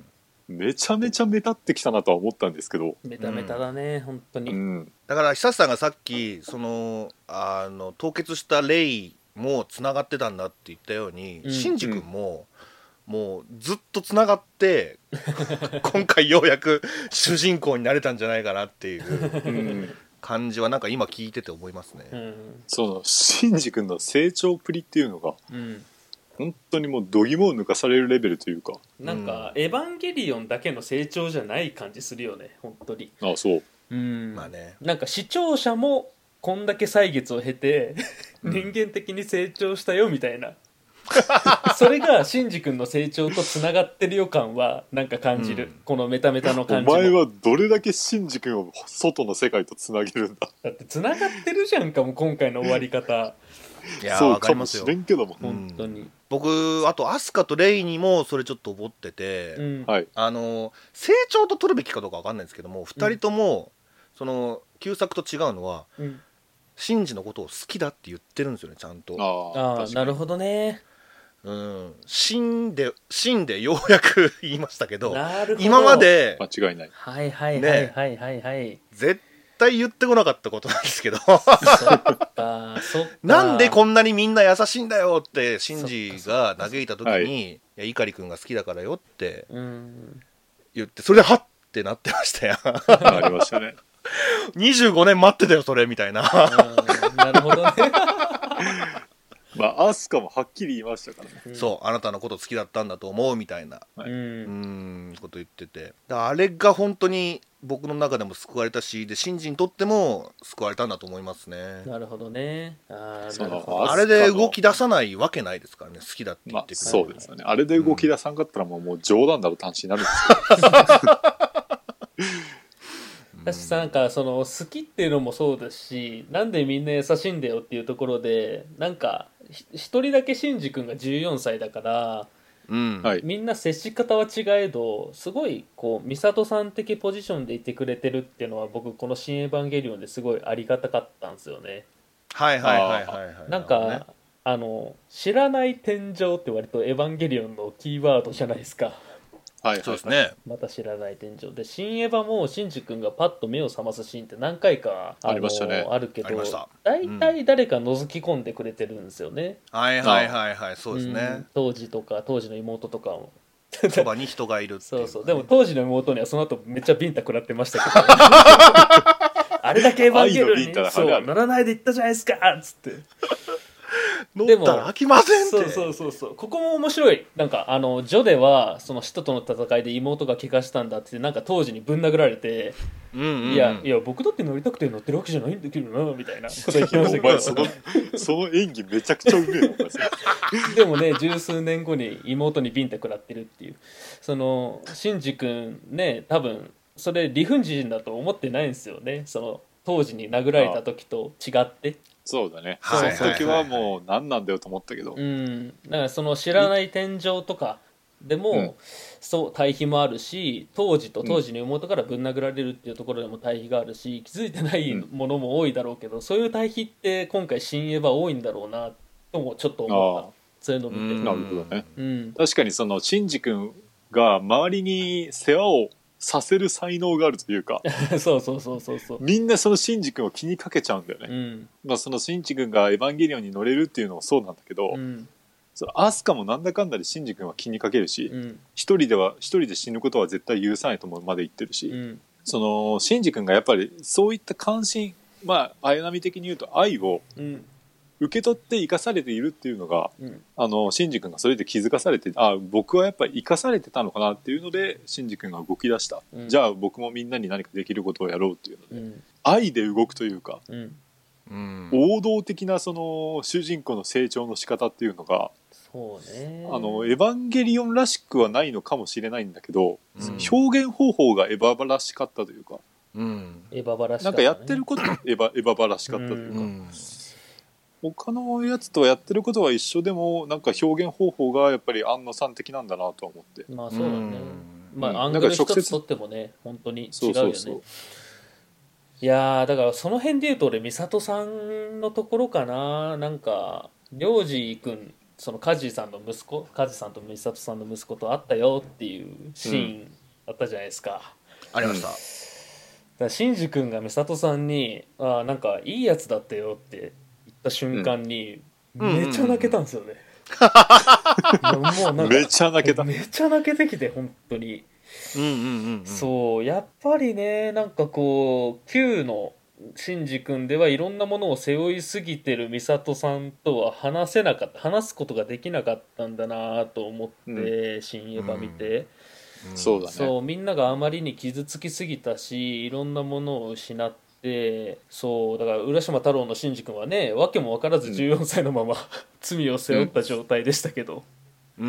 めちゃめちゃ目立ってきたなとは思ったんですけど、 メタメタだね、うん、本当に、 うん、 だから久志さんがさっきそのあの凍結したレイもつながってたんだって言ったように、うん、シンジ君も、うん、もうずっとつながって今回ようやく主人公になれたんじゃないかなっていう、うん感じはなんか今聞いてて思いますね、 うん、そのシンジ君の成長プリっていうのが、うん、本当にもう度肝を抜かされるレベルというか、 なんか、うん、エヴァンゲリオンだけの成長じゃない感じするよね本当に。 ああそう、 うん、 まあね、 なんか視聴者もこんだけ歳月を経て人間的に成長したよみたいなそれがシンジ君の成長とつながってる予感はなんか感じる、うん、このメタメタの感じも。 お前はどれだけシンジ君を外の世界とつなげるんだ。 だってつながってるじゃんかもう今回の終わり方いやそうかもしれんけども、 うん、本当に僕あとアスカとレイにもそれちょっと思ってて、うん、あの成長と取るべきかどうか分かんないんですけどもふたりとも、うん、その旧作と違うのは、うん、シンジのことを好きだって言ってるんですよねちゃんと。 ああなるほどね。 うん、死んで死んでようやく言いましたけど、 なるほど今まで間違いない、 はいはいはいはいはいはい、ね、 絶対言ってこなかったことなんですけどそっかそっかなんでこんなにみんな優しいんだよってシンジが嘆いた時に、はい、いや碇くんが好きだからよって言ってそれでハッってなってましたよありましたねにじゅうごねん待ってたよそれみたいななるほどねまあ、アスカもはっきり言いましたからね、 うん、そうあなたのこと好きだったんだと思うみたいな、はい、うんこと言っててあれが本当に僕の中でも救われたしでシンジにとっても救われたんだと思いますね。 なるほどね。 あ, なるほどあれで動き出さないわけないですからね好きだって言ってくる、 まあ、そうですよね。あれで動き出さんかったらもう、うん、もう冗談だろ端子になるんですけど私さなんかその好きっていうのもそうですしなんでみんな優しいんだよっていうところでなんか一人だけシンジ君がじゅうよんさいだから、 うんみんな接し方は違えどすごいこう美里さん的ポジションでいてくれてるっていうのは僕この「新エヴァンゲリオン」ですごいありがたかったんですよね。 はいはいはいはい、はい、 なんか、ね、あの知らない天井って割とエヴァンゲリオンのキーワードじゃないですか。 はい、 そうですね。 また知らない天井で新エヴァもシンジ君がパッと目を覚ますシーンって何回か あ, ありましたね。 あるけど大体誰か覗き込んでくれてるんですよね、 うん、はいはいはいはいそうですね、うん、 当時とか当時の妹とかもそばに人がいるっていう、ね、 そうそうでも当時の妹にはその後めっちゃビンタ食らってましたけどあれだけエヴァンゲリオンにそう乗らないで行ったじゃないですかっつって乗ったら飽きませんって。 そうそうそうそう、ここも面白い。なんかあのジョではその使徒との戦いで妹が怪我したんだってなんか当時にぶん殴られて、 うんうんうん、 いやいや僕だって乗りたくて乗ってるわけじゃないんだけどなみたいなこと言ってましたけどお前そのその演技めちゃくちゃうめえよでもね十数年後に妹にビンタ食らってるっていう、そのシンジ君ね多分それ理不尽だと思ってないんですよね、その当時に殴られた時と違って。 そうだね、 はい、 その時はもう何なんだよと思ったけど、 うん、だからその知らない天井とかでも、うん、そう対比もあるし、当時と当時の妹からぶん殴られるっていうところでも対比があるし、気づいてないものも多いだろうけど、うん、そういう対比って今回新エヴァ多いんだろうなともちょっと思った。そういうの見て、 なるほどね、 うん、 確かにそのシンジ君が周りに世話をさせる才能があるというかそうそうそうそうそう、 みんなそのシンジ君を気にかけちゃうんだよね、うん、まあ、そのシンジ君がエヴァンゲリオンに乗れるっていうのもそうなんだけど、うん、そのアスカもなんだかんだでシンジ君は気にかけるし、うん、一人では一人で死ぬことは絶対許さないとまで言ってるし、うん、そのシンジ君がやっぱりそういった関心、まあ綾波的に言うと愛を受け取って生かされているっていうのが、うん、あのシンジ君がそれで気づかされて、あ、僕はやっぱり生かされてたのかなっていうのでシンジ君が動き出した、うん、じゃあ僕もみんなに何かできることをやろうっていうので、うん、愛で動くというか、うんうん、王道的なその主人公の成長の仕方っていうのが、 そうね、 あのエヴァンゲリオンらしくはないのかもしれないんだけど、うん、表現方法がエヴァらしかったというか、 うん、エヴァらしかった、ね、 なんかやってることエヴァエヴァらしかったというか、うん、他のやつとはやってることは一緒でもなんか表現方法がやっぱり安野さん的なんだなと思って、 まあそうだね、うん、まあアングル一つとってもね本当に違うよね。そうそうそう、いやだからその辺で言うと俺美里さんのところかな。なんか良二君、その梶さんの息子、梶さんと美里さんの息子と会ったよっていうシーンあったじゃないですか、 うん、ありました。だから真司君が美里さんに「あなんかいいやつだったよ」って言った瞬間に、うん、めっちゃ泣けたんですよね、うんうんうん、もうなんかめちゃ泣けた、 めちゃ泣けてきて本当に、うんうんうんうん、そうやっぱりね、なんかこう Q の真司君ではいろんなものを背負いすぎてる美里さんとは話せなかった話すことができなかったんだなと思って、うん、新エヴァ見て、 うん、そうだね、 そうみんながあまりに傷つきすぎたしいろんなものを失って、そうだから浦島太郎の真司君はね訳も分からずじゅうよんさいのまま、うん、罪を背負った状態でしたけど、うん、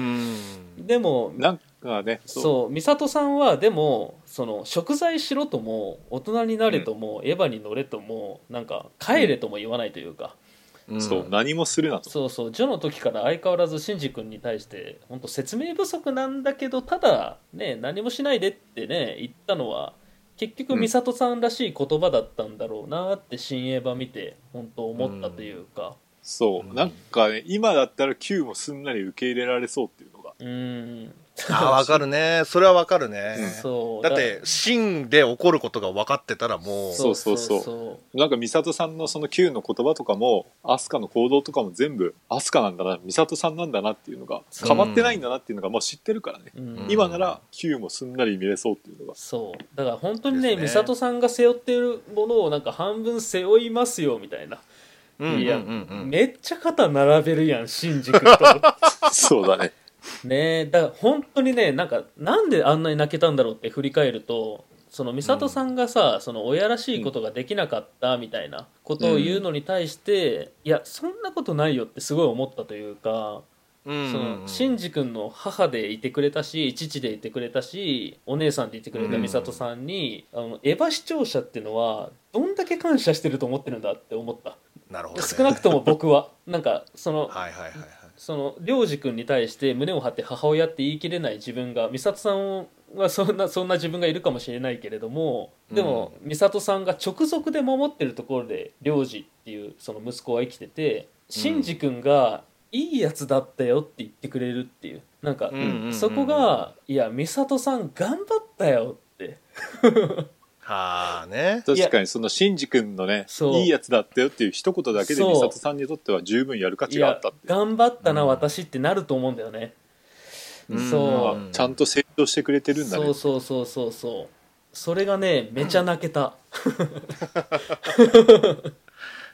でもなんかね、 そう美里さんはでもその贖罪しろとも大人になれとも、うん、エヴァに乗れともなんか帰れとも言わないというか、 うん、そう何もするなと、 そうそうジョの時から相変わらず真司君に対して本当説明不足なんだけど、ただね何もしないでってね言ったのは結局美里さんらしい言葉だったんだろうなって新エヴァ見て本当思ったというか、うん、 そう、うん、なんかね今だったら Q もすんなり受け入れられそうっていうのが、 うんあ分かるね、それは分かるね、 うん、そうだって真で起こることが分かってたらもうそうそうそうなんか美里さんのその Q の言葉とかも飛鳥の行動とかも全部飛鳥なんだな美里さんなんだなっていうのが変わってないんだなっていうのがもう知ってるからね、うん、今なら Q もすんなり見れそうっていうのが、 そうだから本当にね美里さんが背負っているものをなんか半分背負いますよみたいな、うん、いや、うんうんうん、めっちゃ肩並べるやん真司君とそうだねね、だから本当にねなんかなんであんなに泣けたんだろうって振り返ると、その美里さんがさ、うん、その親らしいことができなかったみたいなことを言うのに対して、うん、いやそんなことないよってすごい思ったというか、うん、その真司君の母でいてくれたし父でいてくれたしお姉さんでいてくれた美里さんに、うん、あのエヴァ視聴者っていうのはどんだけ感謝してると思ってるんだって思った。 なるほど、ね、 少なくとも僕はなんかその、 はいはいはいはい、 その良二君に対して胸を張って母親って言い切れない自分が、美里さんはそんなそんな自分がいるかもしれないけれども、でも、うん、美里さんが直属で守ってるところで良二っていうその息子は生きてて、真司君がいいやつだったよって言ってくれるっていう、なんか、うんうんうん、そこがいや美里さん頑張ったよってはあね、 確かにその真司君のねいいやつだったよっていう一言だけで美里さんにとっては十分やる価値があったっていう、 頑張ったな、うん、私ってなると思うんだよね、うん、そう、 ちゃんと成長してくれてるんだね、 そうそうそうそうそう、それがねめちゃ泣けた、うん、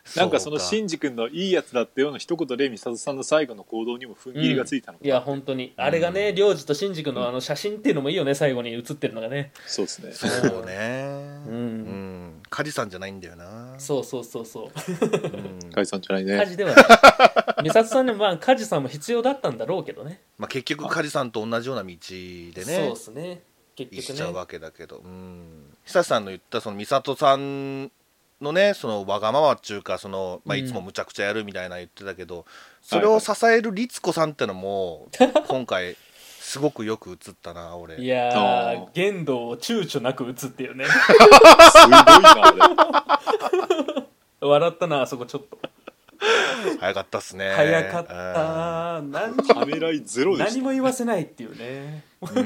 なんかそのシンジ君のいいやつだったような一言で美里さんの最後の行動にも踏ん切りがついたのか、 うん、いや本当にあれがね、領事とシンジ君のあの写真っていうのもいいよね、最後に写ってるのがね。 そうですね。 そうね。 うん、うん、 梶さんじゃないんだよな。 そうそうそうそう。 梶さんじゃないね。 梶ではない。美里さんにもまあ梶さんも必要だったんだろうけどね。 まあ結局梶さんと同じような道でね。 そうですね。結局ね。 しちゃうわけだけど、うん。久さんの言ったその美里さんのね、そのわがままっていうか、そのまあいつもむちゃくちゃやるみたいな言ってたけど、うん、それを支える律子さんってのも今回すごくよく映ったな俺。 いやー、言動を躊躇なく映ってるね。すごいなあれ。笑ったなあそこちょっと。 早かったっすね。 早かった。何ためらいゼロでした。 何も言わせないっていうね。 うん、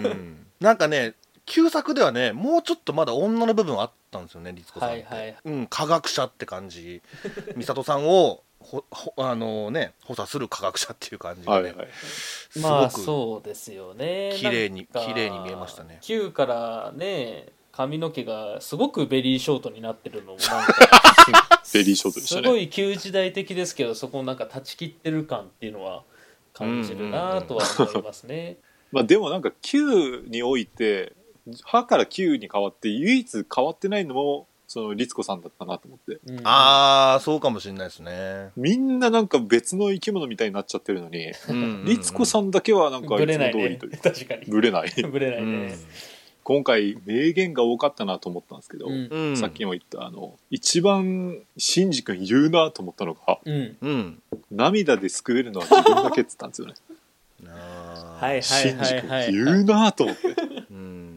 なんかね。旧作ではね、もうちょっとまだ女の部分あったんですよね、律子さんって、はいはい、うん、科学者って感じ、美里さんをほほあのね補佐する科学者っていう感じがね、はいはい、 すごくまあそうですよね、 綺麗に綺麗に見えましたね。 旧からね髪の毛がすごくベリーショートになってるのもなんかベリーショートでしたね。 すごい旧時代的ですけど、そこをなんか断ち切ってる感っていうのは感じるなとは思いますね。 まあでもなんか旧において歯から旧に変わって唯一変わってないのもその律子さんだったなと思って、 うん、ああそうかもしれないですね。 みんななんか別の生き物みたいになっちゃってるのに、うんうんうん、律子さんだけはなんかいつも通りというか、 確かにブレないブレないね、うん、 今回名言が多かったなと思ったんですけど、うん、さっきも言ったあの一番シンジ君言うなと思ったのが、うんうん、涙で救えるのは自分だけって言ったんですよね。 あはいはいはいはい、 言うなと思って、うん、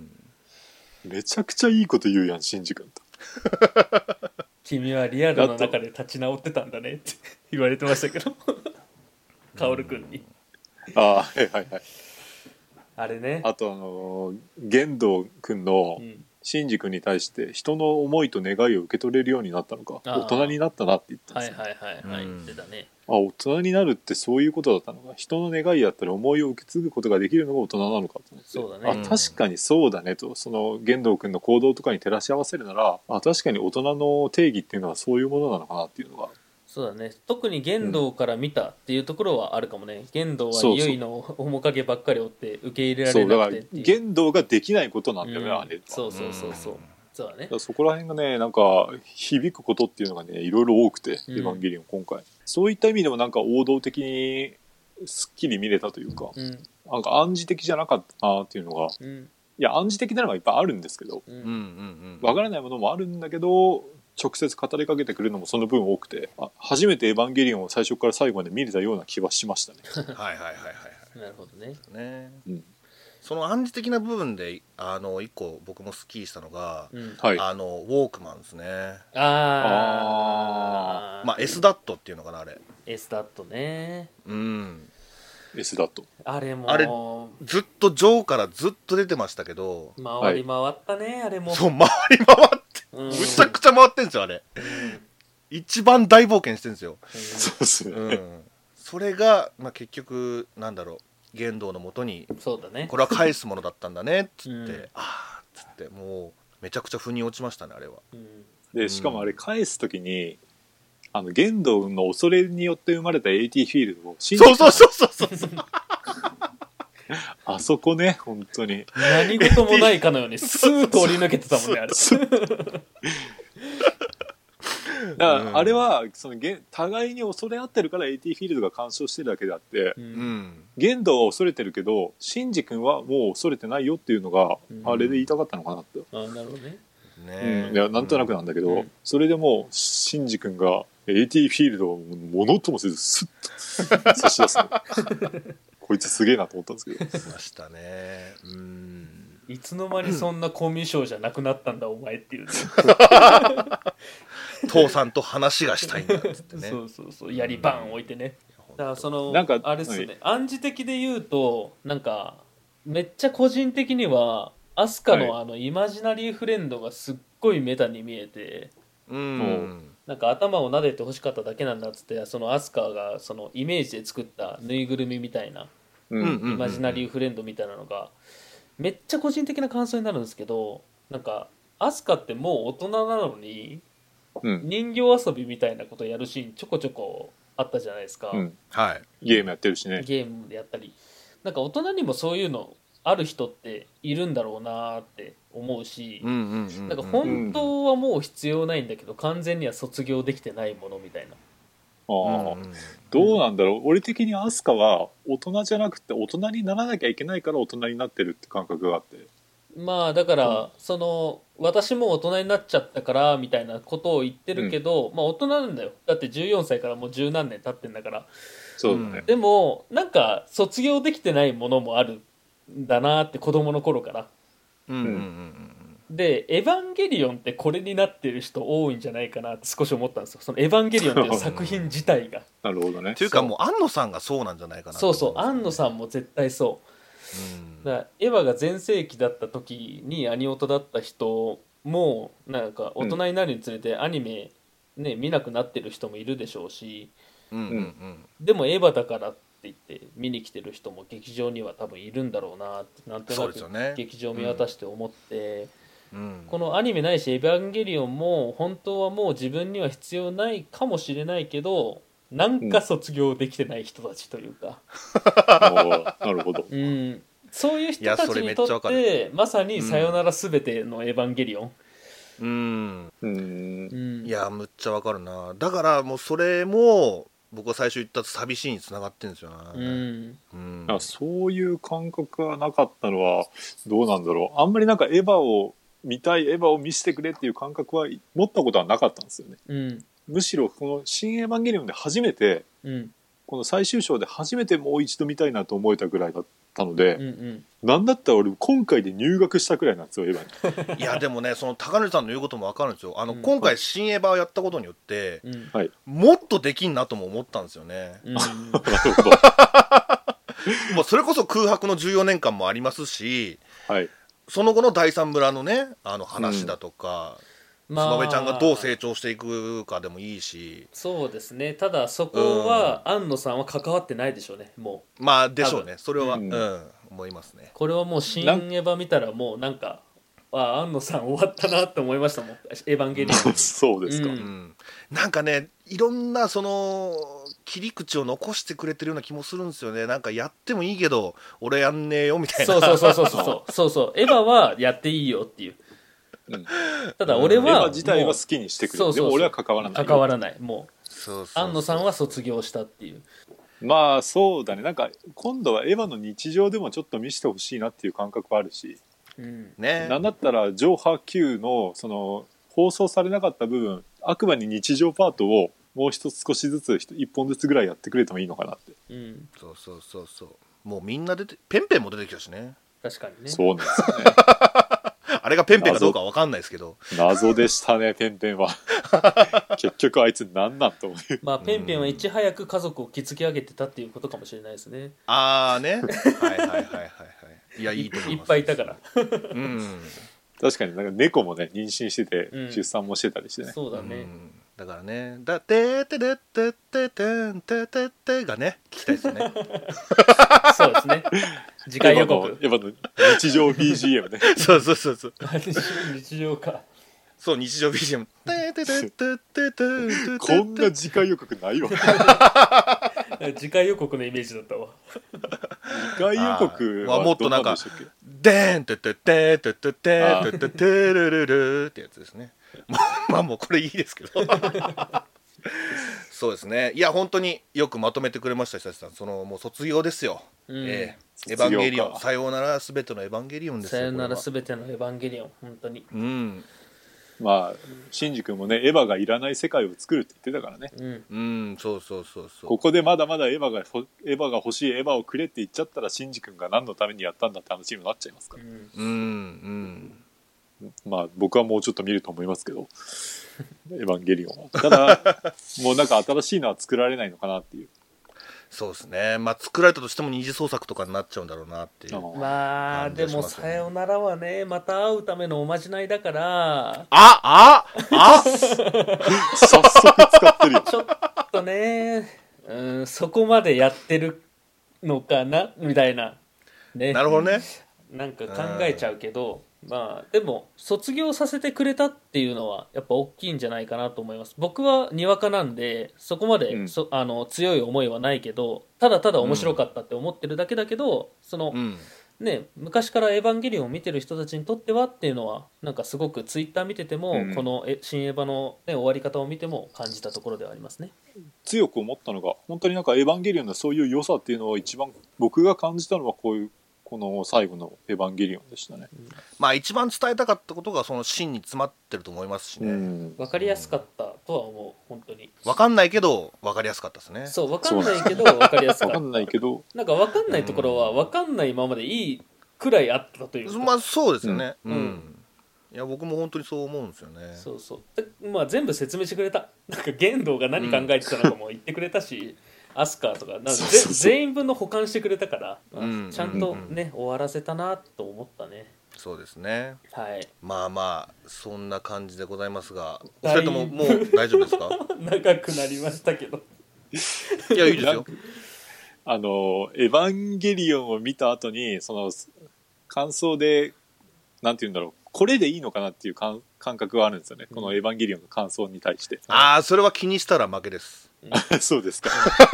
めちゃくちゃいいこと言うやんシンジ君と。 君はリアルの中で立ち直ってたんだねって言われてましたけど薫君に。 ああはいはいはい。 あれね。 あとあの玄道君のシンジ君に対して人の思いと願いを受け取れるようになったのか、大人になったなって言ったんですよ。 はいはいはいはい、言ってたね。 あ、大人になるってそういうことだったのか、人の願いやったり思いを受け継ぐことができるのが大人なのかと思って、 そうだね、 あ確かにそうだねと、その玄道君の行動とかに照らし合わせるなら、あ確かに大人の定義っていうのはそういうものなのかなっていうのが。 そうだね、特に玄道から見たっていうところはあるかもね。玄道は結の面影ばっかり追って受け入れられなくてっていう、 そうだから玄道ができないことなんだよね、うん、あれ。 そうそうそうそう、うんそうだね、 そこら辺がねなんか響くことっていうのがねいろいろ多くて、うん、エヴァンゲリオン今回そういった意味でもなんか王道的にすっきり見れたというか、うん、なんか暗示的じゃなかったなっていうのが、うん、いや暗示的なのがいっぱいあるんですけど、うん、分からないものもあるんだけど直接語りかけてくるのもその分多くて、あ初めてエヴァンゲリオンを最初から最後まで見れたような気はしましたね。 はいはいはいはいなるほどね。 ね、うんその暗示的な部分であの一個僕もスッキリしたのが、うん、あのウォークマンですね。ああまあ エス ダットっていうのかなあれ。 エス ダットね。 うん エス ダットあれもあれずっとジョーからずっと出てましたけど回り回ったね、はい、あれもそう回り回って、うん、むちゃくちゃ回ってんですよあれ、うん、一番大冒険してんですよ、 うん、そうですね、うん、 それが、まあ、結局なんだろう玄道のもとにそうだねこれは返すものだったんだねっつって、うん、ああっつってもうめちゃくちゃ腑に落ちましたねあれは、うん、 でしかもあれ返す時にあの玄道の恐れによって生まれた エーティー フィールドを信じてそうそうそうそうそうあそこね本当に何事もないかのようにスーッと折り抜けてたもんねあれだからあれはその互いに恐れ合ってるから エーティー フィールドが干渉してるだけであって、うん、玄道は恐れてるけどシンジ君はもう恐れてないよっていうのが、うん、あれで言いたかったのかなって。 あなるほどね、 ねうん、いやなんとなくなんだけど、うん、それでもうシンジ君が エーティー フィールドをものともせずスッと差し出すのこいつすげえなと思ったんですけどいましたね。うんいつの間にそんなコミュ障じゃなくなったんだお前っていう、ね、 父さんと話がしたいんだっつってねそうそうそうやりバン置いてね、うん、だからそのなんかあれっすね、はい、暗示的で言うとなんかめっちゃ個人的にはアスカのあのイマジナリーフレンドがすっごいメタに見えて、うん、なんか頭を撫でてほしかっただけなんだっつってそのアスカがそのイメージで作ったぬいぐるみみたいな、うん、イマジナリーフレンドみたいなのがめっちゃ個人的な感想になるんですけど、なんかアスカってもう大人なのに人形遊びみたいなことやるシーンちょこちょこあったじゃないですか、 うん、 はいゲームやってるしね。 ゲームでやったり、なんか大人にもそういうのある人っているんだろうなって思うし、 うんうんうんうん、 なんか本当はもう必要ないんだけど完全には卒業できてないものみたいな。 ああ、うん、どうなんだろう。俺的にアスカは大人じゃなくて大人にならなきゃいけないから大人になってるって感覚があって、 まあだから、うん、その私も大人になっちゃったからみたいなことを言ってるけど、うん、まあ大人なんだよ。だってじゅうよんさいからもう十何年経ってんだから。 そうだね。 でもなんか卒業できてないものもあるんだなって子供の頃から。 うんうんうんうんでエヴァンゲリオンってこれになってる人多いんじゃないかなって少し思ったんですよ。そのエヴァンゲリオンっていう作品自体がなるほどね。 っていうかもう庵野さんがそうなんじゃないかな。 そうそう、庵野さんも絶対そう、うん、だからエヴァが全盛期だった時にアニオタだった人もなんか大人になるにつれてアニメ、ね、見なくなってる人もいるでしょうし、 うんうんうん、 でもエヴァだからって言って見に来てる人も劇場には多分いるんだろうなってなんとなく劇場見渡して思って、うん、このアニメないしエヴァンゲリオンも本当はもう自分には必要ないかもしれないけどなんか卒業できてない人たちというか、 うん、なるほど、 うん、そういう人たちにとってまさにさよならすべてのエヴァンゲリオン、 うんうんうん、 いやむっちゃわかるな。だからもうそれも僕は最初言った寂しいにつながってるんですよな、 うんうん、そういう感覚がなかったのはどうなんだろう。あんまりなんかエヴァを見たいエヴァを見せてくれっていう感覚は持ったことはなかったんですよね、 うん、 むしろこの新エヴァンゲリオンで初めて、 うん、 この最終章で初めてもう一度見たいなと思えたぐらいだったので、 うんうん、 なんだったら俺今回で入学したくらいなんですよエヴァに。 いやでもねその高根さんの言うことも分かるんですよ。あの、うん、今回新エヴァをやったことによって、うん、もっとできんなとも思ったんですよね、うん、なるほどもうそれこそ空白のじゅうよねんかんもありますし、 はい、 その後の第三村のねあの話だとか、うん、まあ、つばめちゃんがどう成長していくかでもいいし、 そうですね。ただそこは、うん、庵野さんは関わってないでしょうね。もうまあでしょうねそれは、うんうん、思いますね。 これはもう新エヴァ見たらもうなんかあ庵野さん終わったなって思いましたもんエヴァンゲリオンそうですか、 うん、なんかねいろんなその切り口を残してくれてるような気もするんですよね。なんかやってもいいけど俺やんねえよみたいな。 そうそうそうそうそうそうそうエヴァはやっていいよっていう、うん、ただ俺は、うん、 エヴァ自体は好きにしてくれる。そうそうそうでも俺は関わらない関わらない。もう庵野さんは卒業したっていう。 まあそうだね。なんか今度はエヴァの日常でもちょっと見せてほしいなっていう感覚はあるし、 うんね、 なんだったらジョーハ Q のその放送されなかった部分あくまで日常パートをもう一つ少しずつ一本ずつぐらいやってくれてもいいのかなって、 うん、 そうそうそうそうもうみんな出てペンペンも出てきたしね。 確かにね。 そうなんですよねあれがペンペンかどうか分かんないですけど謎でしたねペンペンは結局あいつ何なんと思う。 まあペンペンはいち早く家族を築き上げてたっていうことかもしれないですね。 ああねはいはいはいはいはいいやいいと思います。 いっぱいいたからうん確かになんか猫もね妊娠してて、うん、出産もしてたりしてね。 そうだね、うん、 だからねだててててててんてててがね聞きたいですよねそうですね次回予告エヴァの日常 ビージーエム ねそうそうそうそう日常かそう日常 ビージーエム ててててててこんな次回予告ないわ次回予告のイメージだったわ。 次回予告はもっとなんかでーんててててててててるるるってやつですね。まあもうこれいいですけどそうですね。いや本当によくまとめてくれました久志さん。そのもう卒業ですよ、うんえー、エヴァンゲリオンさようならすべてのエヴァンゲリオンですよ。 さようならすべてのエヴァンゲリオン本当にうんまあシンジ君もねエヴァがいらない世界を作るって言ってたからね。 うん、 うん、そうそうそうそう。 ここでまだまだエヴァがエヴァが欲しいエヴァをくれって言っちゃったらシンジ君が何のためにやったんだって話にもなっちゃいますから。 うんうんうん。まあ僕はもうちょっと見ると思いますけどエヴァンゲリオンは。ただもうなんか新しいのは作られないのかなっていう。 そうですね。まあ作られたとしても二次創作とかになっちゃうんだろうなっていう。 まあでもさよならはねまた会うためのおまじないだから。 あああ早速使ってるよ。 ちょっとね、うん、そこまでやってるのかなみたいな、ね。 なるほどね。 なんか考えちゃうけど、 まあでも卒業させてくれたっていうのはやっぱ大きいんじゃないかなと思います。僕はにわかなんでそこまで、うん、そあの強い思いはないけど、ただただ面白かったって思ってるだけだけど、うん、その、うんね、昔からエヴァンゲリオンを見てる人たちにとってはっていうのはなんかすごくツイッター見てても、うん、この新エヴァの、ね、終わり方を見ても感じたところではありますね。 強く思ったのが本当になんかエヴァンゲリオンのそういう良さっていうのを一番僕が感じたのはこういうこの最後のエヴァンゲリオンでしたね、うん、 まあ一番伝えたかったことがその芯に詰まってると思いますしね、うん、 分かりやすかったとは思う。本当に分かんないけど分かりやすかったですね。 そう分かんないけど分かりやすかった分かんないけどなんか分かんないところは分かんないままでいいくらいあったというか、 まあそうですよね、うん、うん、いや僕も本当にそう思うんですよね。 そうそうまあ全部説明してくれた。なんか玄道が何考えてたのかも言ってくれたし、うん、アスカーとかなんかそうそうそう全員分の保管してくれたから、うん、ちゃんとね、うん、終わらせたなと思ったね。 そうですね、 はい、 まあまあそんな感じでございますが、お二人とももう大丈夫ですか？ 長くなりましたけどいやいいですよ。 あのエヴァンゲリオンを見た後にその感想でなんて言うんだろう、これでいいのかなっていう感覚があるんですよね、このエヴァンゲリオンの感想に対して。 ああそれは気にしたら負けです、 うん、そうですか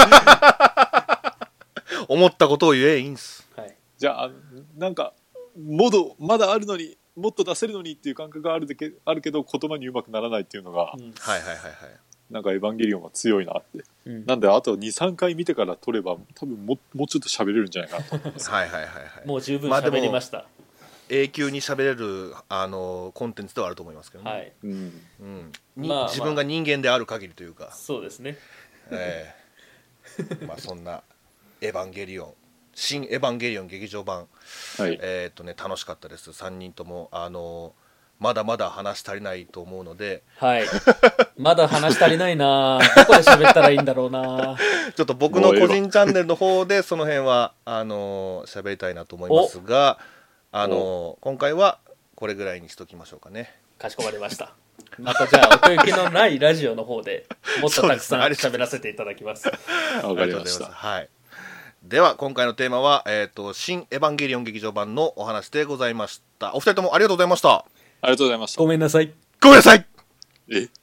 思ったことを言えいいんす、 はい、じゃあなんかもどまだあるのにもっと出せるのにっていう感覚があるだけあるけど言葉にうまくならないっていうのが、うん、 はいはいはいはい、 なんかエヴァンゲリオンは強いなって、うん、なんであと にさんかい見てから撮れば多分 も, もうちょっと喋れるんじゃないかなと思いますはいはいはい、はい、 もう十分喋りました、まあ、 永久に喋れるあのコンテンツではあると思いますけどね、はい、うんうんにまあまあ、自分が人間である限りというか、 そうですね、 えー、まあそんなエヴァンゲリオン新エヴァンゲリオン劇場版、はい、えー、っとね楽しかったです。さんにんともあのまだまだ話足りないと思うので、 はいまだ話足りないなどこで喋ったらいいんだろうなちょっと僕の個人チャンネルの方でその辺はあの喋りたいなと思いますが、あの今回はこれぐらいにしときましょうかね。 かしこまりました。またじゃあ奥行きのないラジオの方でもっとたくさん喋らせていただきます。 わかりました。 はい。では今回のテーマは、えーと、新エヴァンゲリオン劇場版のお話でございました。お二人ともありがとうございました。 ありがとうございました。 ごめんなさい。 ごめんなさい。 え